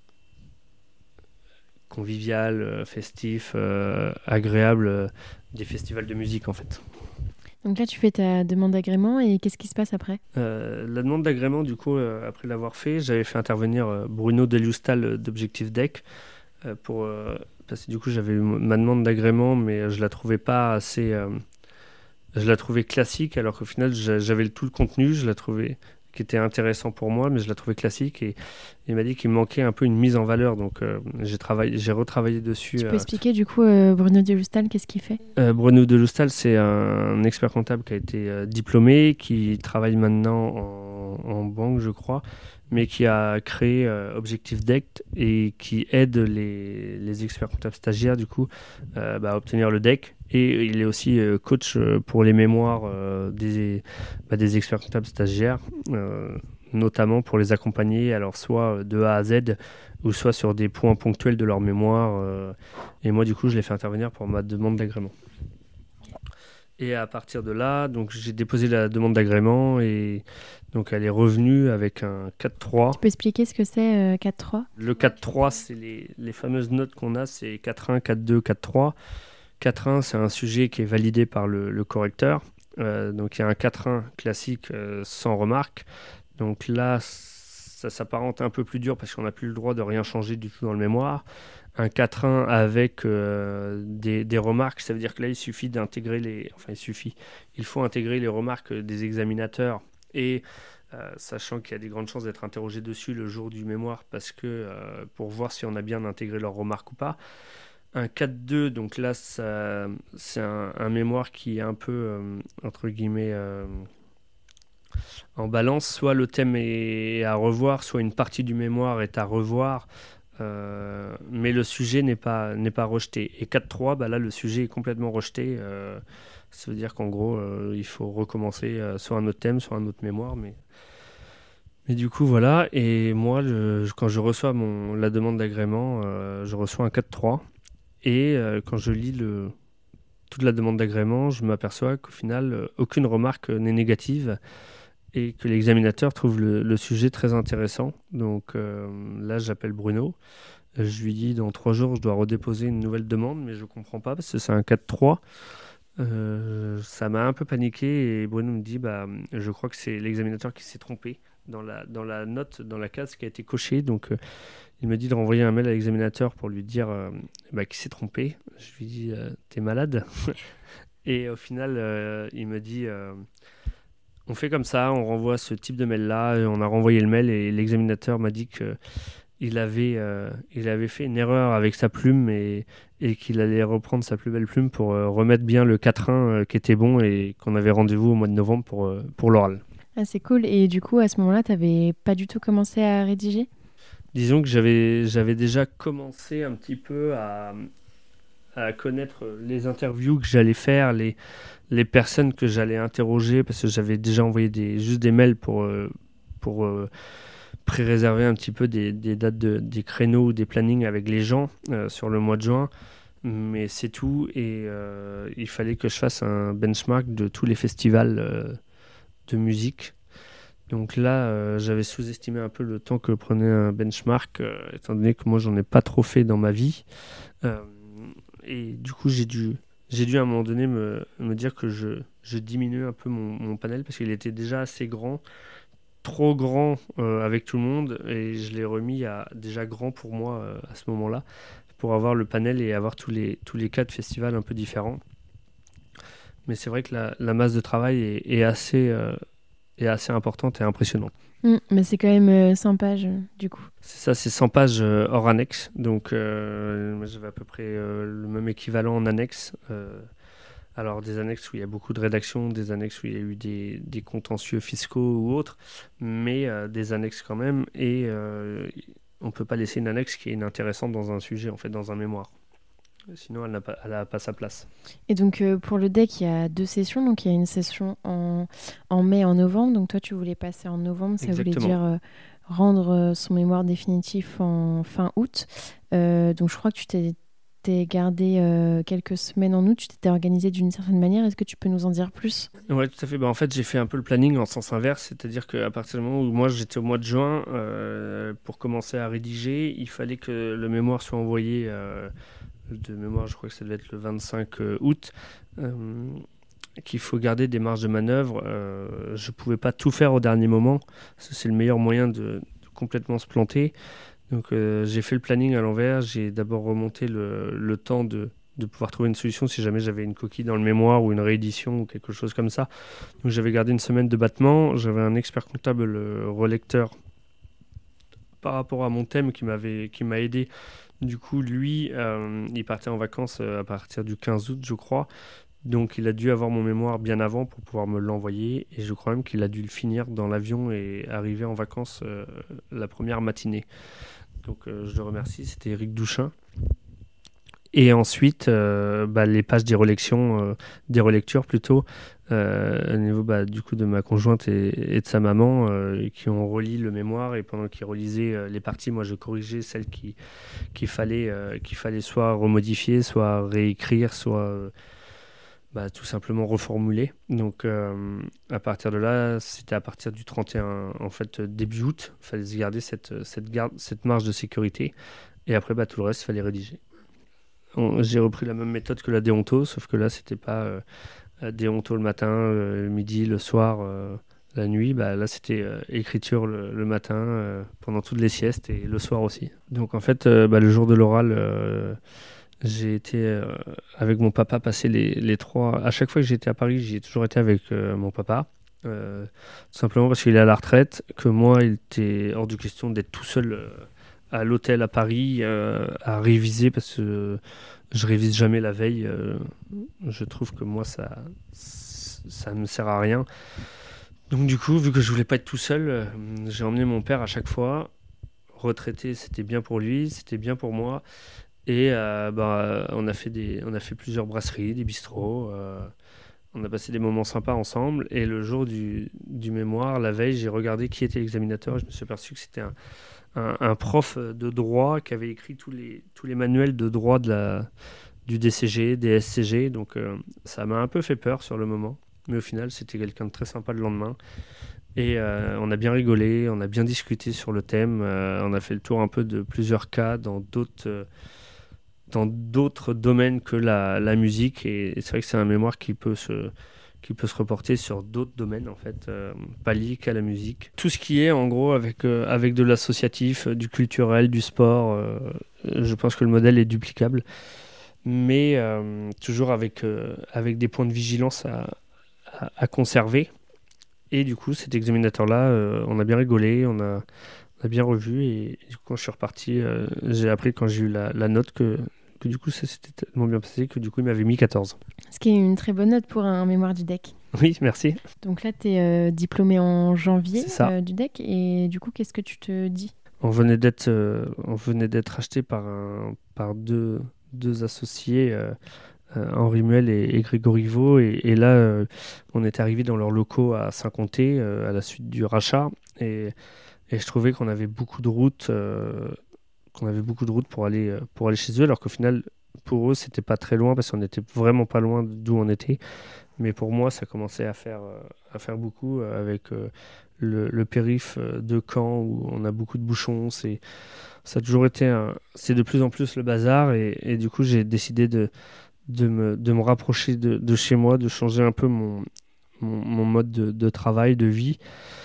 convivial, euh, festif, euh, agréable euh, des festivals de musique en fait. Donc là, tu fais ta demande d'agrément et qu'est-ce qui se passe après? Euh, la demande d'agrément, du coup, euh, après l'avoir fait, j'avais fait intervenir euh, Bruno Delustal euh, d'Objectif Deck euh, pour euh, parce que du coup j'avais eu ma demande d'agrément, mais je la trouvais pas assez, euh, je la trouvais classique, alors qu'au final j'a- j'avais tout le contenu, je la trouvais qui était intéressant pour moi, mais je la trouvais classique et il m'a dit qu'il me manquait un peu une mise en valeur, donc euh, j'ai travaillé, j'ai retravaillé dessus. Tu peux euh, expliquer du coup euh, Bruno Delustal, qu'est-ce qu'il fait? Euh, Bruno Delustal, c'est un expert comptable qui a été euh, diplômé, qui travaille maintenant en, en banque, je crois, mais qui a créé euh, Objectif Deck et qui aide les, les experts comptables stagiaires, du coup, euh, bah, à obtenir le deck. Et il est aussi euh, coach euh, pour les mémoires euh, des, bah, des experts comptables stagiaires, euh, notamment pour les accompagner, alors soit de A à Z, ou soit sur des points ponctuels de leur mémoire. euh, et moi, du coup, je l'ai fait intervenir pour ma demande d'agrément. Et à partir de là, donc, j'ai déposé la demande d'agrément et donc elle est revenue avec un quatre trois. Tu peux expliquer ce que c'est euh, quatre trois? Le quatre trois, c'est les, les fameuses notes qu'on a, c'est quatre un, quatre deux, quatre trois. quatre un, c'est un sujet qui est validé par le, le correcteur. Euh, donc il y a un quatre un classique euh, sans remarque. Donc là, ça s'apparente un peu plus dur parce qu'on n'a plus le droit de rien changer du tout dans le mémoire. Un quatre un avec euh, des, des remarques, ça veut dire que là, il suffit d'intégrer les... Enfin, il suffit. Il faut intégrer les remarques des examinateurs et euh, sachant qu'il y a des grandes chances d'être interrogé dessus le jour du mémoire parce que euh, pour voir si on a bien intégré leurs remarques ou pas. Un quatre deux, donc là, ça, c'est un, un mémoire qui est un peu, euh, entre guillemets, euh, en balance. Soit le thème est à revoir, soit une partie du mémoire est à revoir, euh, mais le sujet n'est pas, n'est pas rejeté. Et quatre trois, bah là, le sujet est complètement rejeté. Euh, ça veut dire qu'en gros, euh, il faut recommencer euh, soit un autre thème, soit un autre mémoire, mais... Mais du coup, voilà. Et moi, le, quand je reçois mon, la demande d'agrément, euh, je reçois un quatre trois. Et euh, quand je lis le, toute la demande d'agrément, je m'aperçois qu'au final, euh, aucune remarque n'est négative et que l'examinateur trouve le, le sujet très intéressant. Donc euh, là, j'appelle Bruno. Je lui dis, dans trois jours, je dois redéposer une nouvelle demande, mais je ne comprends pas parce que c'est un quatre trois. Euh, ça m'a un peu paniqué et Bruno me dit, bah, je crois que c'est l'examinateur qui s'est trompé dans la, dans la note, dans la case qui a été cochée. Donc, euh, il me dit de renvoyer un mail à l'examinateur pour lui dire euh, bah, qu'il s'est trompé. Je lui dis, euh, t'es malade? Et au final, euh, il me dit, euh, on fait comme ça, on renvoie ce type de mail-là. Et on a renvoyé le mail et l'examinateur m'a dit qu'il avait, euh, il avait fait une erreur avec sa plume et, et qu'il allait reprendre sa plus belle plume pour euh, remettre bien le quatre un euh, qui était bon et qu'on avait rendez-vous au mois de novembre pour, euh, pour l'oral. Ah, c'est cool. Et du coup, à ce moment-là, tu n'avais pas du tout commencé à rédiger? Disons que j'avais, j'avais déjà commencé un petit peu à, à connaître les interviews que j'allais faire, les, les personnes que j'allais interroger, parce que j'avais déjà envoyé des, juste des mails pour, euh, pour euh, pré-réserver un petit peu des, des dates, de, des créneaux ou des plannings avec les gens euh, sur le mois de juin. Mais c'est tout. Et euh, il fallait que je fasse un benchmark de tous les festivals euh, de musique. Donc là, euh, j'avais sous-estimé un peu le temps que prenait un benchmark, euh, étant donné que moi, j'en ai pas trop fait dans ma vie. Euh, et du coup, j'ai dû, j'ai dû à un moment donné me, me dire que je, je diminuais un peu mon, mon panel parce qu'il était déjà assez grand, trop grand euh, avec tout le monde. Et je l'ai remis à déjà grand pour moi euh, à ce moment-là, pour avoir le panel et avoir tous les, tous les cas de festivals un peu différents. Mais c'est vrai que la, la masse de travail est, est assez... Euh, est assez importante et impressionnante. Mmh, mais c'est quand même euh, cent pages, du coup. C'est ça, c'est cent pages euh, hors annexe. Donc, euh, moi, j'avais à peu près euh, le même équivalent en annexe. Euh, alors, des annexes où il y a beaucoup de rédaction, des annexes où il y a eu des, des contentieux fiscaux ou autres, mais euh, des annexes quand même. Et euh, on ne peut pas laisser une annexe qui est inintéressante dans un sujet, en fait, dans un mémoire. Sinon, elle n'a pas, elle n'a pas sa place. Et donc, euh, pour le deck, il y a deux sessions. Donc, il y a une session en, en mai et en novembre. Donc, toi, tu voulais passer en novembre. Ça Exactement. voulait dire euh, rendre euh, son mémoire définitif en fin août. Euh, donc, je crois que tu t'es, t'es gardé euh, quelques semaines en août. Tu t'étais organisé d'une certaine manière. Est-ce que tu peux nous en dire plus? Ouais, tout à fait. Bah, en fait, j'ai fait un peu le planning en sens inverse, c'est-à-dire qu'à partir du moment où moi j'étais au mois de juin, euh, pour commencer à rédiger, il fallait que le mémoire soit envoyé euh, de mémoire, je crois que ça devait être le vingt-cinq août, euh, qu'il faut garder des marges de manœuvre. Euh, je ne pouvais pas tout faire au dernier moment, c'est le meilleur moyen de, de complètement se planter. Donc euh, j'ai fait le planning à l'envers, j'ai d'abord remonté le, le temps de, de pouvoir trouver une solution si jamais j'avais une coquille dans le mémoire ou une réédition ou quelque chose comme ça. Donc j'avais gardé une semaine de battement, j'avais un expert comptable euh, relecteur par rapport à mon thème qui m'avait, qui m'a aidé. Du coup, lui, euh, il partait en vacances euh, à partir du quinze août, je crois. Donc, il a dû avoir mon mémoire bien avant pour pouvoir me l'envoyer. Et je crois même qu'il a dû le finir dans l'avion et arriver en vacances euh, la première matinée. Donc, euh, je le remercie. C'était Eric Douchin. Et ensuite, euh, bah, les pages des relections, euh, des relectures plutôt, euh, au niveau bah, du coup de ma conjointe et, et de sa maman, euh, qui ont relis le mémoire et pendant qu'ils relisaient euh, les parties, moi je corrigeais celles qui qu'il fallait euh, qu'il fallait soit remodifier, soit réécrire, soit euh, bah, tout simplement reformuler. Donc euh, à partir de là, c'était à partir du trente et un, en fait, début août, il fallait se garder cette, cette, garde, cette marge de sécurité. Et après, bah, tout le reste, il fallait rédiger. On, j'ai repris la même méthode que la déonto, sauf que là, c'était pas euh, déonto le matin, euh, le midi, le soir, euh, la nuit. Bah, là, c'était euh, écriture le, le matin, euh, pendant toutes les siestes et le soir aussi. Donc en fait, euh, bah, le jour de l'oral, euh, j'ai été euh, avec mon papa passer les, les trois... À chaque fois que j'étais à Paris, j'y ai toujours été avec euh, mon papa. Euh, tout simplement parce qu'il est à la retraite, que moi, il était hors de question d'être tout seul euh, à l'hôtel à Paris euh, à réviser parce que euh, je révise jamais la veille. Euh, je trouve que moi, ça, ça ne me sert à rien. Donc du coup, vu que je voulais pas être tout seul, euh, j'ai emmené mon père à chaque fois. Retraité, c'était bien pour lui, c'était bien pour moi. Et euh, bah, on, a fait des, on a fait plusieurs brasseries, des bistrots. Euh, on a passé des moments sympas ensemble. Et le jour du, du mémoire, la veille, j'ai regardé qui était l'examinateur. Et je me suis aperçu que c'était un, un, un prof de droit qui avait écrit tous les, tous les manuels de droit de la, du D C G, des S C G. Donc euh, ça m'a un peu fait peur sur le moment. Mais au final, c'était quelqu'un de très sympa le lendemain. Et euh, on a bien rigolé, on a bien discuté sur le thème. Euh, on a fait le tour un peu de plusieurs cas dans d'autres... Euh, dans d'autres domaines que la, la musique et, et c'est vrai que c'est un mémoire qui peut se, qui peut se reporter sur d'autres domaines en fait, euh, pas liés qu'à la musique. Tout ce qui est en gros avec, euh, avec de l'associatif, du culturel, du sport, euh, je pense que le modèle est duplicable, mais euh, toujours avec, euh, avec des points de vigilance à, à, à conserver. Et du coup, cet examinateur-là, euh, on a bien rigolé, on a, on a bien revu et, et du coup, quand je suis reparti, euh, j'ai appris quand j'ai eu la, la note que que du coup ça s'était tellement bien passé que du coup il m'avait mis quatorze. Ce qui est une très bonne note pour un mémoire du D E C. Oui, merci. Donc là, tu es euh, diplômé en janvier euh, du D E C et du coup, qu'est-ce que tu te dis ? On venait d'être, euh, on venait d'être acheté par, un, par deux, deux associés, euh, euh, Henri Muel et, et Grégory Vaux, et, et là euh, on est arrivé dans leurs locaux à Saint-Comté euh, à la suite du rachat et, et je trouvais qu'on avait beaucoup de routes. Euh, qu'on avait beaucoup de routes pour aller, pour aller chez eux, alors qu'au final, pour eux, c'était pas très loin, parce qu'on était vraiment pas loin d'où on était. Mais pour moi, ça commençait à faire, à faire beaucoup, avec le, le périph' de Caen, où on a beaucoup de bouchons. C'est, ça a toujours été un, c'est de plus en plus le bazar, et, et du coup, j'ai décidé de, de, me, de me rapprocher de, de chez moi, de changer un peu mon, mon, mon mode de, de travail, de vie,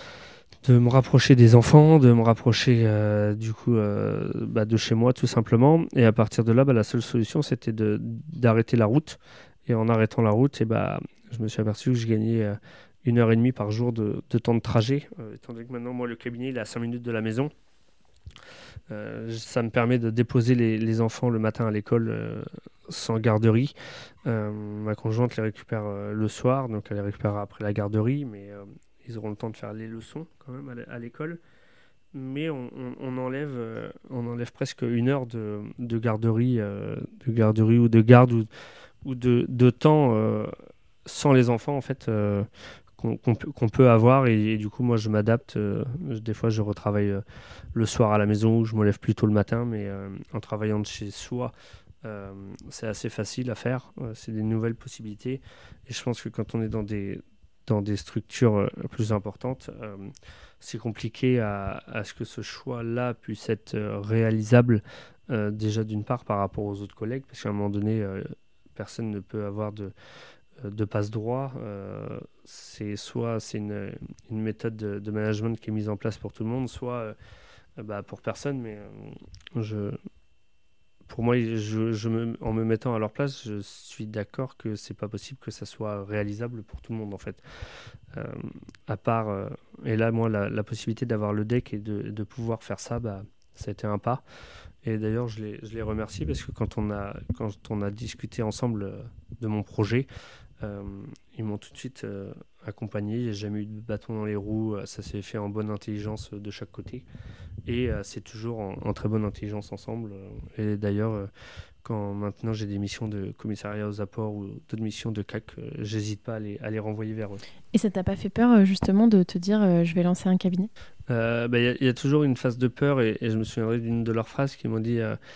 de me rapprocher des enfants, de me rapprocher euh, du coup euh, bah, de chez moi tout simplement. Et à partir de là, bah, la seule solution c'était de, d'arrêter la route. Et en arrêtant la route, et bah, je me suis aperçu que je gagnais euh, une heure et demie par jour de, de temps de trajet. Euh, étant donné que maintenant, moi, le cabinet il est à cinq minutes de la maison. Euh, ça me permet de déposer les, les enfants le matin à l'école euh, sans garderie. Euh, ma conjointe les récupère euh, le soir, donc elle les récupère après la garderie, mais euh, ils auront le temps de faire les leçons quand même à l'école. Mais on, on, on, enlève, euh, on enlève presque une heure de, de, garderie, euh, de garderie ou de garde ou, ou de, de temps euh, sans les enfants en fait, euh, qu'on, qu'on, peut, qu'on peut avoir. Et, et du coup, moi, je m'adapte. Euh, des fois, je retravaille euh, le soir à la maison ou je me lève plus tôt le matin. Mais euh, en travaillant de chez soi, euh, c'est assez facile à faire. Euh, c'est des nouvelles possibilités. Et je pense que quand on est dans des... dans des structures euh, plus importantes, euh, c'est compliqué à, à ce que ce choix-là puisse être euh, réalisable euh, déjà d'une part par rapport aux autres collègues, parce qu'à un moment donné, euh, personne ne peut avoir de, de passe-droit. Euh, c'est soit c'est une, une méthode de, de management qui est mise en place pour tout le monde, soit euh, bah, pour personne, mais euh, je... Pour moi, je, je me, en me mettant à leur place, je suis d'accord que c'est pas possible que ça soit réalisable pour tout le monde en fait. Euh, à part, euh, et là moi la, la possibilité d'avoir le D E C et de, de pouvoir faire ça, bah, ça a été un pas. Et d'ailleurs je les, je les remercie parce que quand on a, quand on a discuté ensemble de mon projet, euh, ils m'ont tout de suite euh, accompagné. Il n'y a jamais eu de bâton dans les roues, ça s'est fait en bonne intelligence de chaque côté. Et euh, c'est toujours en, en très bonne intelligence ensemble. Et d'ailleurs, euh, quand maintenant j'ai des missions de commissariat aux apports ou d'autres missions de C A C, euh, j'hésite pas à les, à les renvoyer vers eux. Et ça t'a pas fait peur justement de te dire euh, je vais lancer un cabinet ? Il euh, bah, y, y a toujours une phase de peur et, et je me souviendrai d'une de leurs phrases qui m'ont dit euh,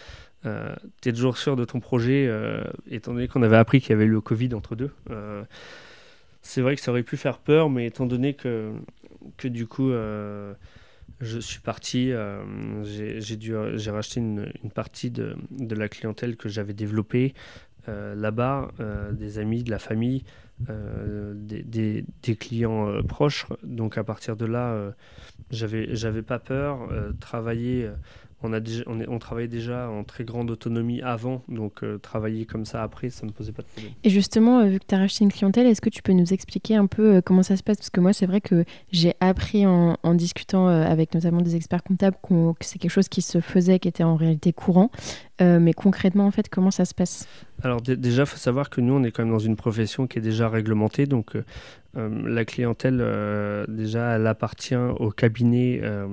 euh, tu es toujours sûr de ton projet, euh, étant donné qu'on avait appris qu'il y avait eu le Covid entre deux. Euh, c'est vrai que ça aurait pu faire peur, mais étant donné que, que du coup, euh, je suis parti, euh, j'ai, j'ai, dû, j'ai racheté une, une partie de, de la clientèle que j'avais développée euh, là-bas, euh, des amis, de la famille, euh, des, des, des clients euh, proches. Donc à partir de là, euh, j'avais, j'avais pas peur. Euh, travailler, euh, on, a déjà, on, est, on travaillait déjà en très grande autonomie avant, donc euh, travailler comme ça après, ça me posait pas de problème. Et justement, euh, vu que tu as racheté une clientèle, est-ce que tu peux nous expliquer un peu euh, comment ça se passe? Parce que moi, c'est vrai que j'ai appris en, en discutant euh, avec notamment des experts comptables qu'on- que c'est quelque chose qui se faisait, qui était en réalité courant. Euh, mais concrètement, en fait, comment ça se passe? Alors d- déjà, il faut savoir que nous, on est quand même dans une profession qui est déjà réglementée. Donc euh, euh, la clientèle, euh, déjà, elle appartient au cabinet euh,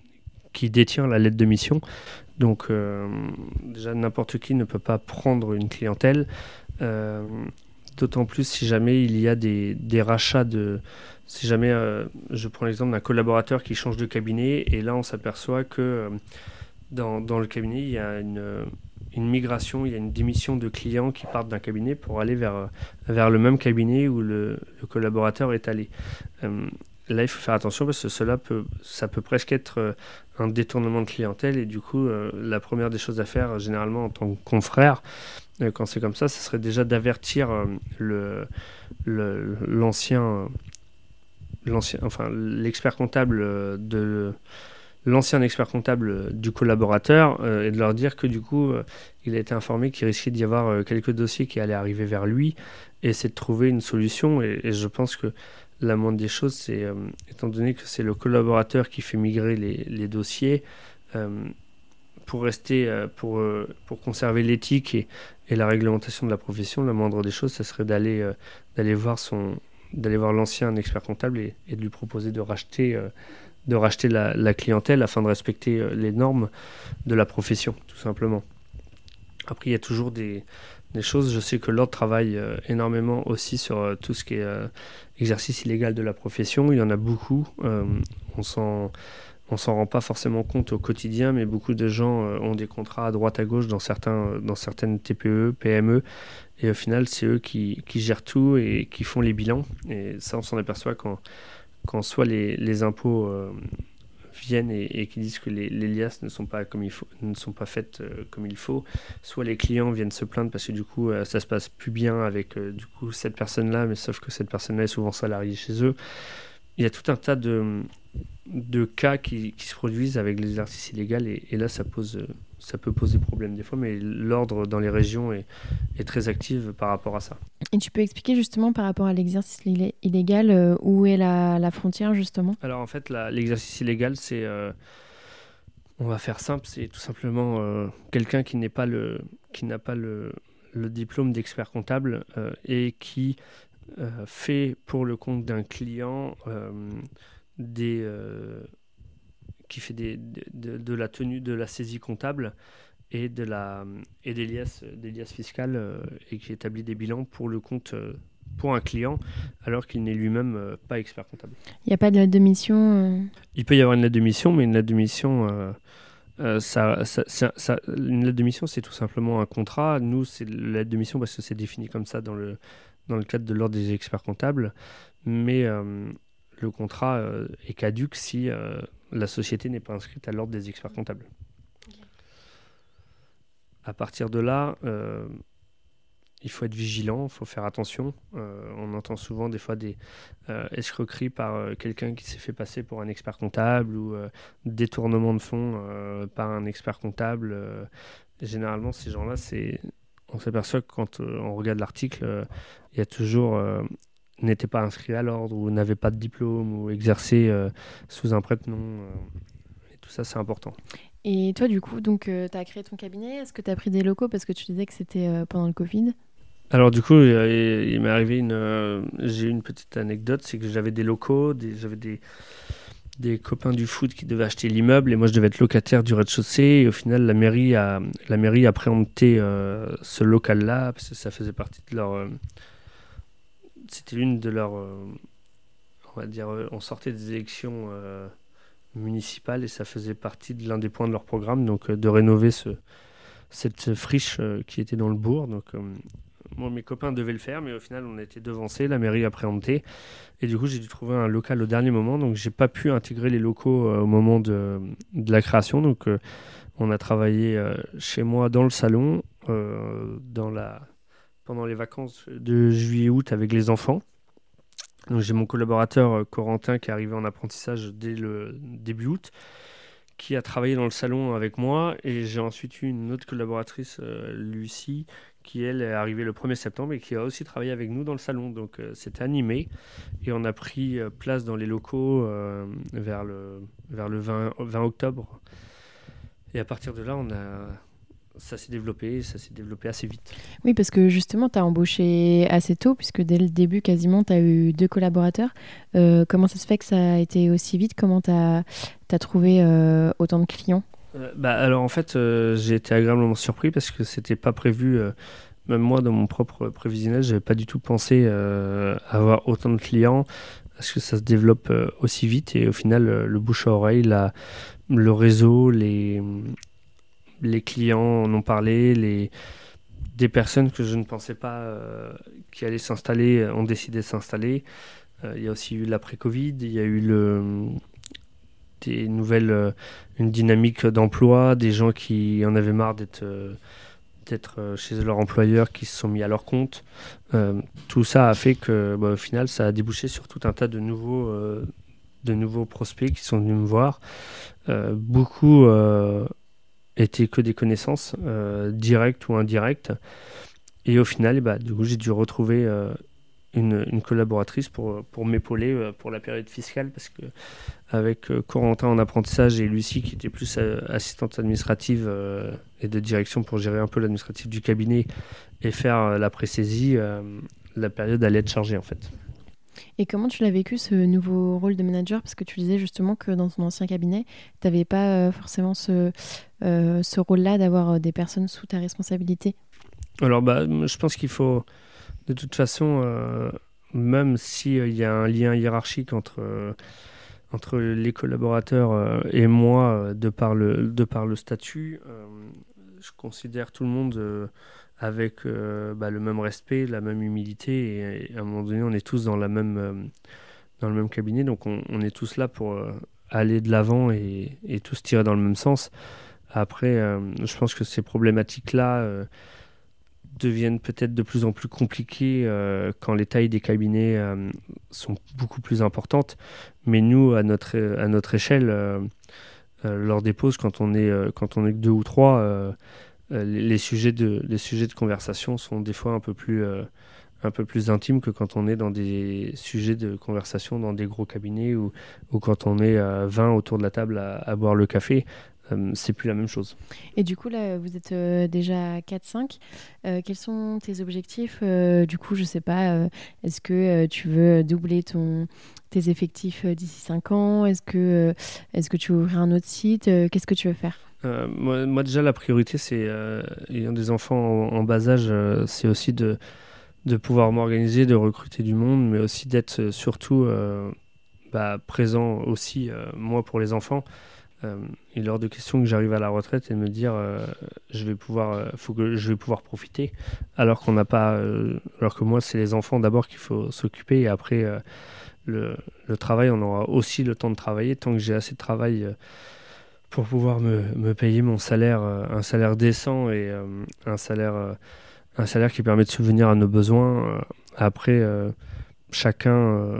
qui détient la lettre de mission. Donc euh, déjà, n'importe qui ne peut pas prendre une clientèle. Euh, D'autant plus si jamais il y a des, des rachats de... Si jamais, euh, je prends l'exemple d'un collaborateur qui change de cabinet, et là, on s'aperçoit que euh, dans, dans le cabinet, il y a une, une migration, il y a une démission de clients qui partent d'un cabinet pour aller vers, vers le même cabinet où le, le collaborateur est allé. Euh, là, il faut faire attention parce que cela peut, ça peut presque être un détournement de clientèle, et du coup, euh, la première des choses à faire, généralement en tant que confrère, euh, quand c'est comme ça, ce serait déjà d'avertir euh, le, le, l'ancien, l'ancien, enfin, l'expert comptable de l'ancien expert comptable du collaborateur euh, et de leur dire que du coup, euh, il a été informé qu'il risquait d'y avoir euh, quelques dossiers qui allaient arriver vers lui, et c'est de trouver une solution. Et, et je pense que la moindre des choses, c'est, euh, étant donné que c'est le collaborateur qui fait migrer les, les dossiers, euh, pour rester, euh, pour, euh, pour conserver l'éthique et, et la réglementation de la profession, la moindre des choses, ce serait d'aller, euh, d'aller voir son, d'aller voir l'ancien expert comptable et, et de lui proposer de racheter euh, de racheter la, la clientèle afin de respecter euh, les normes de la profession, tout simplement. Après, il y a toujours des, des choses. Je sais que l'ordre travaille euh, énormément aussi sur euh, tout ce qui est euh, exercice illégal de la profession. Il y en a beaucoup. Euh, on s'en, on s'en rend pas forcément compte au quotidien, mais beaucoup de gens euh, ont des contrats à droite à gauche dans, certains, dans certaines T P E, P M E. Et au final, c'est eux qui, qui gèrent tout et qui font les bilans. Et ça, on s'en aperçoit quand quand soit les, les impôts euh, viennent et, et qui disent que les, les liasses ne sont pas comme il faut, ne sont pas faites euh, comme il faut, soit les clients viennent se plaindre parce que du coup euh, ça se passe plus bien avec euh, du coup cette personne-là, mais sauf que cette personne-là est souvent salariée chez eux. Il y a tout un tas de, de cas qui, qui se produisent avec l'exercice illégal, et, et là ça pose euh, ça peut poser problème des fois, mais l'ordre dans les régions est, est très actif par rapport à ça. Et tu peux expliquer justement par rapport à l'exercice illégal euh, où est la, la frontière justement? Alors en fait, la, l'exercice illégal, c'est, euh, on va faire simple, c'est tout simplement euh, quelqu'un qui n'est pas le, qui n'a pas le, le diplôme d'expert comptable euh, et qui euh, fait pour le compte d'un client euh, des, euh, qui fait des, de, de, de la tenue de la saisie comptable et, de la, et des liasses, des liasses fiscales euh, et qui établit des bilans pour le compte euh, pour un client alors qu'il n'est lui-même euh, pas expert comptable. Il n'y a pas de lettre de mission euh... Il peut y avoir une lettre de mission, mais une lettre de mission, euh, euh, ça, ça, ça, ça, une lettre de mission, c'est tout simplement un contrat. Nous, c'est la lettre de mission parce que c'est défini comme ça dans le, dans le cadre de l'ordre des experts comptables. Mais euh, le contrat euh, est caduc si euh, la société n'est pas inscrite à l'ordre des experts comptables. Okay. À partir de là, euh, il faut être vigilant, il faut faire attention. Euh, on entend souvent des fois des euh, escroqueries par euh, quelqu'un qui s'est fait passer pour un expert comptable ou euh, détournement de fonds euh, par un expert comptable. Euh, généralement, ces gens-là, c'est, on s'aperçoit que quand euh, on regarde l'article, euh, il y a toujours euh, n'était pas inscrit à l'ordre ou n'avait pas de diplôme ou exerçait euh, sous un prête-nom. Euh, et tout ça, c'est important. Et toi, du coup, donc, euh, tu as créé ton cabinet. Est-ce que tu as pris des locaux parce que tu disais que c'était euh, pendant le Covid? Alors du coup, il, il m'est arrivé une, euh, j'ai une petite anecdote, c'est que j'avais des locaux, des, j'avais des, des copains du foot qui devaient acheter l'immeuble et moi je devais être locataire du rez-de-chaussée, et au final la mairie a, la mairie a préempté euh, ce local-là parce que ça faisait partie de leur, euh, c'était l'une de leurs, euh, on va dire, euh, on sortait des élections euh, municipales et ça faisait partie de l'un des points de leur programme, donc euh, de rénover ce cette friche euh, qui était dans le bourg. Donc, euh, moi, mes copains devaient le faire, mais au final, on a été devancés. La mairie a préempté. Et du coup, j'ai dû trouver un local au dernier moment. Donc, j'ai pas pu intégrer les locaux euh, au moment de, de la création. Donc, euh, on a travaillé euh, chez moi dans le salon euh, dans la, pendant les vacances de juillet-août avec les enfants. Donc, j'ai mon collaborateur euh, Corentin qui est arrivé en apprentissage dès le début août, qui a travaillé dans le salon avec moi. Et j'ai ensuite eu une autre collaboratrice, euh, Lucie, qui elle est arrivée le premier septembre et qui a aussi travaillé avec nous dans le salon. Donc euh, c'était animé et on a pris euh, place dans les locaux euh, vers le, vers le vingt, vingt octobre. Et à partir de là, on a, ça s'est développé, ça s'est développé assez vite. Oui, parce que justement, tu as embauché assez tôt, puisque dès le début, quasiment, tu as eu deux collaborateurs. Euh, comment ça se fait que ça a été aussi vite? Comment tu as trouvé euh, autant de clients? Euh, bah, alors en fait, euh, j'ai été agréablement surpris parce que c'était pas prévu. Euh, même moi, dans mon propre prévisionnel, j'avais pas du tout pensé euh, avoir autant de clients parce que ça se développe euh, aussi vite. Et au final, euh, le bouche à oreille, la, le réseau, les, les clients en ont parlé, les, des personnes que je ne pensais pas euh, qui allaient s'installer euh, ont décidé de s'installer. Euh, il y a aussi eu l'après-Covid, il y a eu le, des nouvelles, euh, une dynamique d'emploi, des gens qui en avaient marre d'être, euh, d'être euh, chez leur employeur, qui se sont mis à leur compte. Euh, tout ça a fait que, bah, au final, ça a débouché sur tout un tas de nouveaux, euh, de nouveaux prospects qui sont venus me voir. Euh, beaucoup euh, étaient que des connaissances, euh, directes ou indirectes. Et au final, bah, du coup, j'ai dû retrouver euh, une, une collaboratrice pour, pour m'épauler euh, pour la période fiscale parce que avec euh, Corentin en apprentissage et Lucie qui était plus euh, assistante administrative euh, et de direction pour gérer un peu l'administratif du cabinet et faire euh, la pré-saisie, euh, la période allait être chargée en fait. Et comment tu l'as vécu, ce nouveau rôle de manager? Parce que tu disais justement que dans ton ancien cabinet, tu n'avais pas euh, forcément ce, euh, ce rôle-là d'avoir euh, des personnes sous ta responsabilité. Alors bah, je pense qu'il faut de toute façon, euh, même s'il euh, y a un lien hiérarchique entre... Euh, entre les collaborateurs euh, et moi, euh, de par le, de par le statut, euh, je considère tout le monde euh, avec euh, bah, le même respect, la même humilité, et, et à un moment donné, on est tous dans, la même, euh, dans le même cabinet, donc on, on est tous là pour euh, aller de l'avant et, et tous tirer dans le même sens. Après, euh, je pense que ces problématiques-là euh, deviennent peut-être de plus en plus compliquées euh, quand les tailles des cabinets euh, sont beaucoup plus importantes. Mais nous, à notre, à notre échelle, euh, euh, lors des pauses, quand on est, euh, quand on est que deux ou trois, euh, euh, les, les sujets de, les sujets de conversation sont des fois un peu plus, euh, un peu plus intimes que quand on est dans des sujets de conversation dans des gros cabinets ou, ou quand on est euh, vingt autour de la table à, à boire le café. Euh, c'est plus la même chose. Et du coup, là, vous êtes euh, déjà quatre cinq. Euh, quels sont tes objectifs? Euh, Du coup, je sais pas, euh, est-ce que euh, tu veux doubler ton, tes effectifs euh, d'ici cinq ans? Est-ce que, euh, est-ce que tu veux ouvrir un autre site? Euh, Qu'est-ce que tu veux faire? Euh, moi, moi, déjà, la priorité, c'est, euh, ayant des enfants en, en bas âge, euh, c'est aussi de, de pouvoir m'organiser, de recruter du monde, mais aussi d'être euh, surtout euh, bah, présent aussi, euh, moi, pour les enfants. Euh, il est hors de question que j'arrive à la retraite et de me dire euh, je vais pouvoir, euh, faut que je vais pouvoir profiter, alors qu'on n'a pas, euh, alors que moi, c'est les enfants d'abord qu'il faut s'occuper et après euh, le, le travail, on aura aussi le temps de travailler tant que j'ai assez de travail. Euh, pour pouvoir me, me payer mon salaire, euh, un salaire décent et euh, un salaire, euh, un salaire qui permet de subvenir à nos besoins. Euh, après, euh, chacun euh,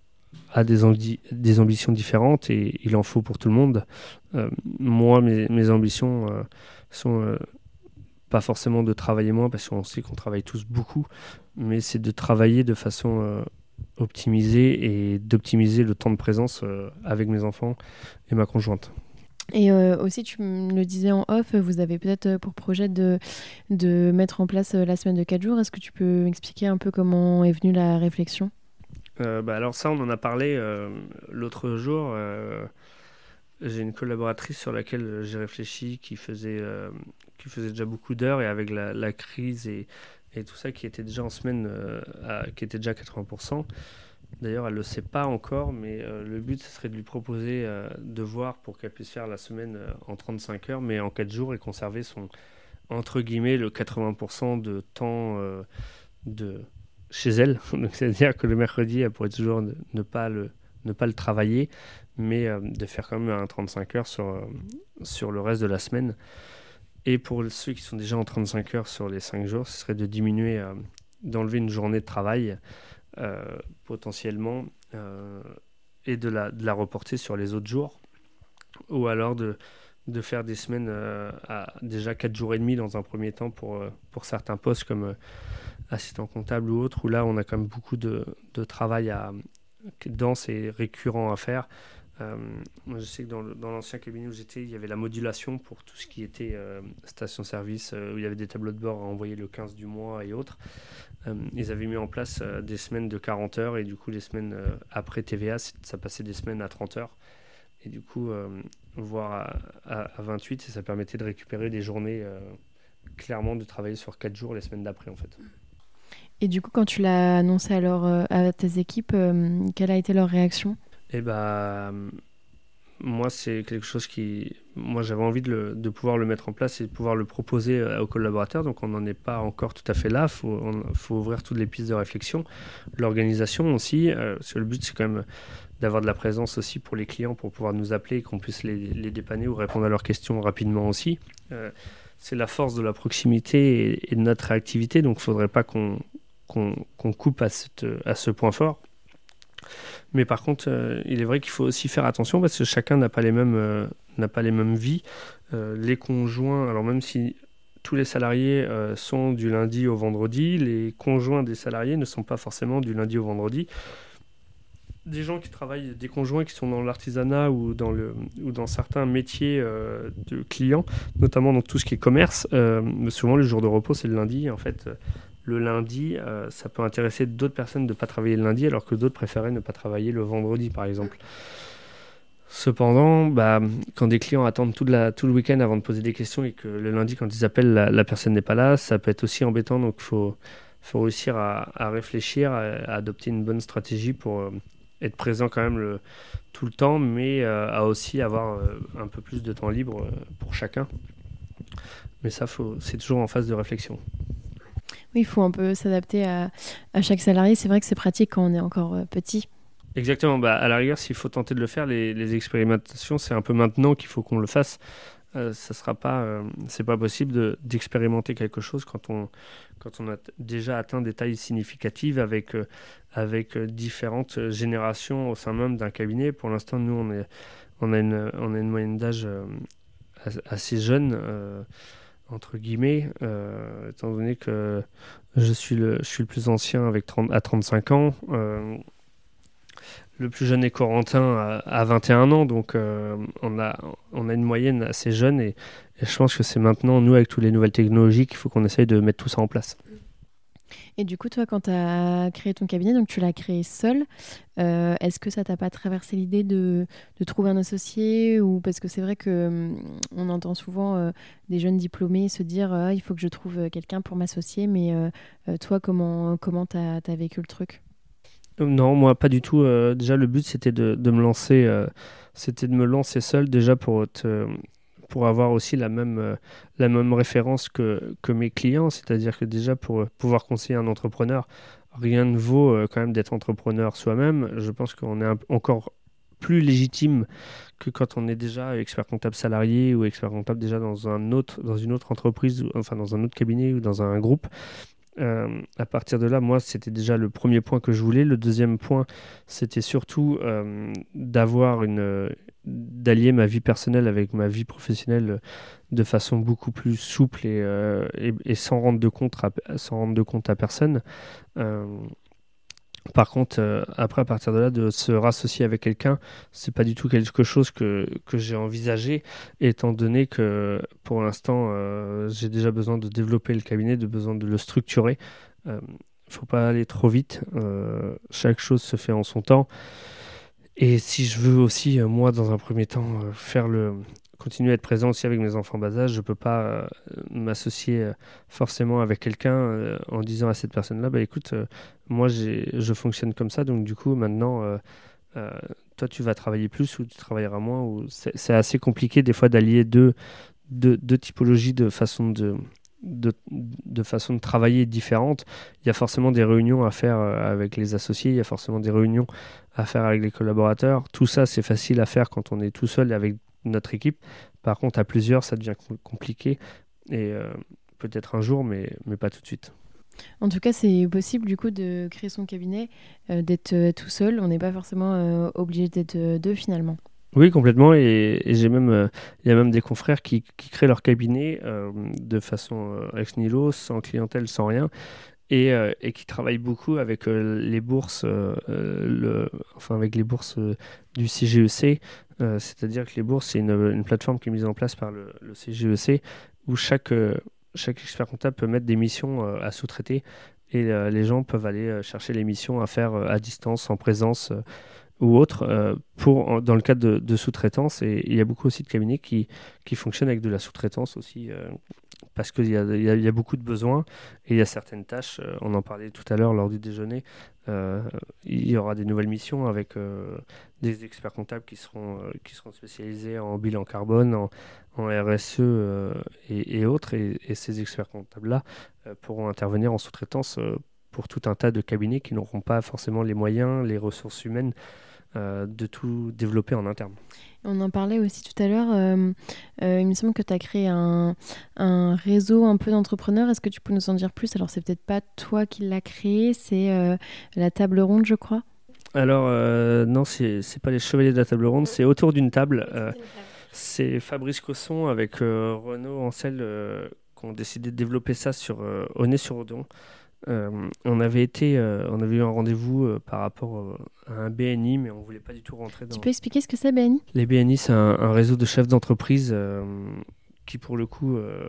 a des, ambi- des ambitions différentes et il en faut pour tout le monde. Euh, moi, mes, mes ambitions euh, sont euh, pas forcément de travailler moins parce qu'on sait qu'on travaille tous beaucoup, mais c'est de travailler de façon euh, optimisée et d'optimiser le temps de présence euh, avec mes enfants et ma conjointe. Et euh, aussi, tu me le disais en off, vous avez peut-être euh, pour projet de, de mettre en place euh, la semaine de quatre jours. Est-ce que tu peux m'expliquer un peu comment est venue la réflexion? Euh, bah alors ça, on en a parlé euh, l'autre jour. Euh, j'ai une collaboratrice sur laquelle j'ai réfléchi qui faisait, euh, qui faisait déjà beaucoup d'heures et avec la, la crise et, et tout ça qui était déjà en semaine, euh, à- qui était déjà à quatre-vingts pour cent. D'ailleurs, elle ne le sait pas encore, mais euh, le but, ce serait de lui proposer euh, de voir pour qu'elle puisse faire la semaine euh, en trente-cinq heures, mais en quatre jours et conserver son, entre guillemets, le quatre-vingts pour cent de temps euh, de chez elle. Donc, c'est-à-dire que le mercredi, elle pourrait toujours ne, ne pas, le, ne pas le travailler, mais euh, de faire quand même un trente-cinq heures sur, euh, sur le reste de la semaine. Et pour ceux qui sont déjà en trente-cinq heures sur les cinq jours, ce serait de diminuer, euh, d'enlever une journée de travail euh, potentiellement euh, et de la, de la reporter sur les autres jours. Ou alors de, de faire des semaines euh, à déjà quatre jours et demi dans un premier temps pour, euh, pour certains postes comme euh, assistant comptable ou autre, où là on a quand même beaucoup de, de travail à, dense et récurrent à faire. Euh, moi je sais que dans, le, dans l'ancien cabinet où j'étais, il y avait la modulation pour tout ce qui était euh, station-service, euh, où il y avait des tableaux de bord à envoyer le quinze du mois et autres. Euh, ils avaient mis en place euh, des semaines de quarante heures et du coup les semaines euh, après T V A, ça passait des semaines à trente heures. Et du coup, euh, voire à, à, à vingt-huit, et ça permettait de récupérer des journées, euh, clairement de travailler sur quatre jours les semaines d'après en fait. Et du coup, quand tu l'as annoncé alors euh, à tes équipes, euh, quelle a été leur réaction? Et bah, moi, c'est quelque chose qui... Moi, j'avais envie de, le, de pouvoir le mettre en place et de pouvoir le proposer aux collaborateurs. Donc, on n'en est pas encore tout à fait là. Il faut, faut ouvrir toutes les pistes de réflexion. L'organisation aussi. Euh, parce que le but, c'est quand même d'avoir de la présence aussi pour les clients, pour pouvoir nous appeler et qu'on puisse les, les dépanner ou répondre à leurs questions rapidement aussi. Euh, c'est la force de la proximité et, et de notre réactivité. Donc, il ne faudrait pas qu'on, qu'on, qu'on coupe à, cette, à ce point fort. Mais par contre, euh, il est vrai qu'il faut aussi faire attention parce que chacun n'a pas les mêmes, euh, n'a pas les mêmes vies. Euh, les conjoints, alors même si tous les salariés euh, sont du lundi au vendredi, les conjoints des salariés ne sont pas forcément du lundi au vendredi. Des gens qui travaillent, des conjoints qui sont dans l'artisanat ou dans, le, ou dans certains métiers euh, de clients, notamment dans tout ce qui est commerce, euh, souvent le jour de repos c'est le lundi en fait. Le lundi, euh, ça peut intéresser d'autres personnes de ne pas travailler le lundi, alors que d'autres préféraient ne pas travailler le vendredi, par exemple. Cependant, bah, quand des clients attendent tout, de la, tout le week-end avant de poser des questions et que le lundi, quand ils appellent, la, la personne n'est pas là, ça peut être aussi embêtant. Donc, il faut, faut réussir à, à réfléchir, à, à adopter une bonne stratégie pour euh, être présent quand même le, tout le temps, mais euh, à aussi avoir euh, un peu plus de temps libre euh, pour chacun. Mais ça, faut, c'est toujours en phase de réflexion. Oui, il faut un peu s'adapter à, à chaque salarié. C'est vrai que c'est pratique quand on est encore euh, petit. Exactement. Bah, à la rigueur, s'il faut tenter de le faire, les, les expérimentations, c'est un peu maintenant qu'il faut qu'on le fasse. Euh, ça sera pas, euh, c'est pas possible de, d'expérimenter quelque chose quand on, quand on a t- déjà atteint des tailles significatives avec, euh, avec euh, différentes générations au sein même d'un cabinet. Pour l'instant, nous, on, est, on, a, une, on a une moyenne d'âge euh, assez jeune. Euh, entre guillemets, euh, étant donné que je suis le, je suis le plus ancien avec trente, à trente-cinq ans. Euh, le plus jeune est Corentin à, à vingt et un ans, donc euh, on, a, on a une moyenne assez jeune et, et je pense que c'est maintenant, nous, avec toutes les nouvelles technologies, qu'il faut qu'on essaye de mettre tout ça en place. Et du coup, toi, quand tu as créé ton cabinet, donc tu l'as créé seul, euh, est-ce que ça t'a pas traversé l'idée de, de trouver un associé ou parce que c'est vrai que hum, on entend souvent euh, des jeunes diplômés se dire ah, il faut que je trouve quelqu'un pour m'associer, mais euh, euh, toi, comment comment t'as, t'as vécu le truc? Non, moi, pas du tout. Euh, déjà, le but, c'était de, de me lancer, euh, c'était de me lancer seul, déjà pour te, pour avoir aussi la même, euh, la même référence que, que mes clients. C'est-à-dire que déjà, pour euh, pouvoir conseiller un entrepreneur, rien ne vaut euh, quand même d'être entrepreneur soi-même. Je pense qu'on est un- encore plus légitime que quand on est déjà expert comptable salarié ou expert comptable déjà dans un autre, dans une autre entreprise, ou, enfin dans un autre cabinet ou dans un groupe. Euh, à partir de là, moi, c'était déjà le premier point que je voulais. Le deuxième point, c'était surtout euh, d'avoir une, euh, d'allier ma vie personnelle avec ma vie professionnelle de façon beaucoup plus souple et, euh, et, et sans rendre de compte à, sans rendre de compte à personne. Euh, Par contre, euh, après, à partir de là, de se rassocier avec quelqu'un, c'est pas du tout quelque chose que, que j'ai envisagé, étant donné que pour l'instant, euh, j'ai déjà besoin de développer le cabinet, de besoin de le structurer. Il euh, ne faut pas aller trop vite. Euh, chaque chose se fait en son temps. Et si je veux aussi, euh, moi, dans un premier temps, euh, faire le, continuer à être présent aussi avec mes enfants bas âge, je ne peux pas euh, m'associer euh, forcément avec quelqu'un euh, en disant à cette personne-là, bah écoute, euh, moi j'ai, je fonctionne comme ça, donc du coup maintenant, euh, euh, toi tu vas travailler plus ou tu travailleras moins. Ou c'est, c'est assez compliqué des fois d'allier deux, deux, deux typologies de façon de, de, de façon de travailler différente. Il y a forcément des réunions à faire avec les associés, il y a forcément des réunions à faire avec les collaborateurs. Tout ça, c'est facile à faire quand on est tout seul avec notre équipe. Par contre, à plusieurs, ça devient compliqué. Et euh, peut-être un jour, mais, mais pas tout de suite. En tout cas, c'est possible du coup de créer son cabinet, euh, d'être euh, tout seul. On n'est pas forcément euh, obligé d'être euh, deux finalement. Oui, complètement. Et, et j'ai même, euh, il y a même des confrères qui, qui créent leur cabinet euh, de façon euh, ex nihilo, sans clientèle, sans rien, et, euh, et qui travaillent beaucoup avec euh, les bourses, euh, le, enfin avec les bourses euh, du C G E C. Euh, c'est-à-dire que les bourses, c'est une, une plateforme qui est mise en place par le, le C G E C, où chaque euh, chaque expert comptable peut mettre des missions euh, à sous-traiter, et euh, les gens peuvent aller euh, chercher les missions à faire euh, à distance, en présence. Euh, ou autre, euh, pour, en- dans le cadre de, de sous-traitance. Et il y a beaucoup aussi de cabinets qui, qui fonctionnent avec de la sous-traitance aussi, euh, parce qu'il y a, il y a- il y a beaucoup de besoins et il y a certaines tâches, euh, on en parlait tout à l'heure lors du déjeuner, euh, il y aura des nouvelles missions avec euh, des experts comptables qui seront, euh, qui seront spécialisés en bilan carbone, en, en R S E euh, et, et autres. Et, et ces experts comptables-là euh, pourront intervenir en sous-traitance euh, pour tout un tas de cabinets qui n'auront pas forcément les moyens, les ressources humaines euh, de tout développer en interne. On en parlait aussi tout à l'heure. euh, euh, il me semble que tu as créé un, un réseau un peu d'entrepreneurs. Est-ce que tu peux nous en dire plus? Alors, c'est peut-être pas toi qui l'as créé, c'est euh, la table ronde, je crois. Alors, euh, non, c'est c'est pas les chevaliers de la table ronde, c'est autour d'une table. Euh, c'est Fabrice Cosson avec euh, Renaud Ancel euh, qui ont décidé de développer ça sur euh, Aulnay-sur-Odon. Euh, on avait été, euh, on avait eu un rendez-vous euh, par rapport euh, à un B N I, mais on voulait pas du tout rentrer dans. Tu peux expliquer ce que c'est, B N I? Les B N I, c'est un, un réseau de chefs d'entreprise euh, qui, pour le coup, euh,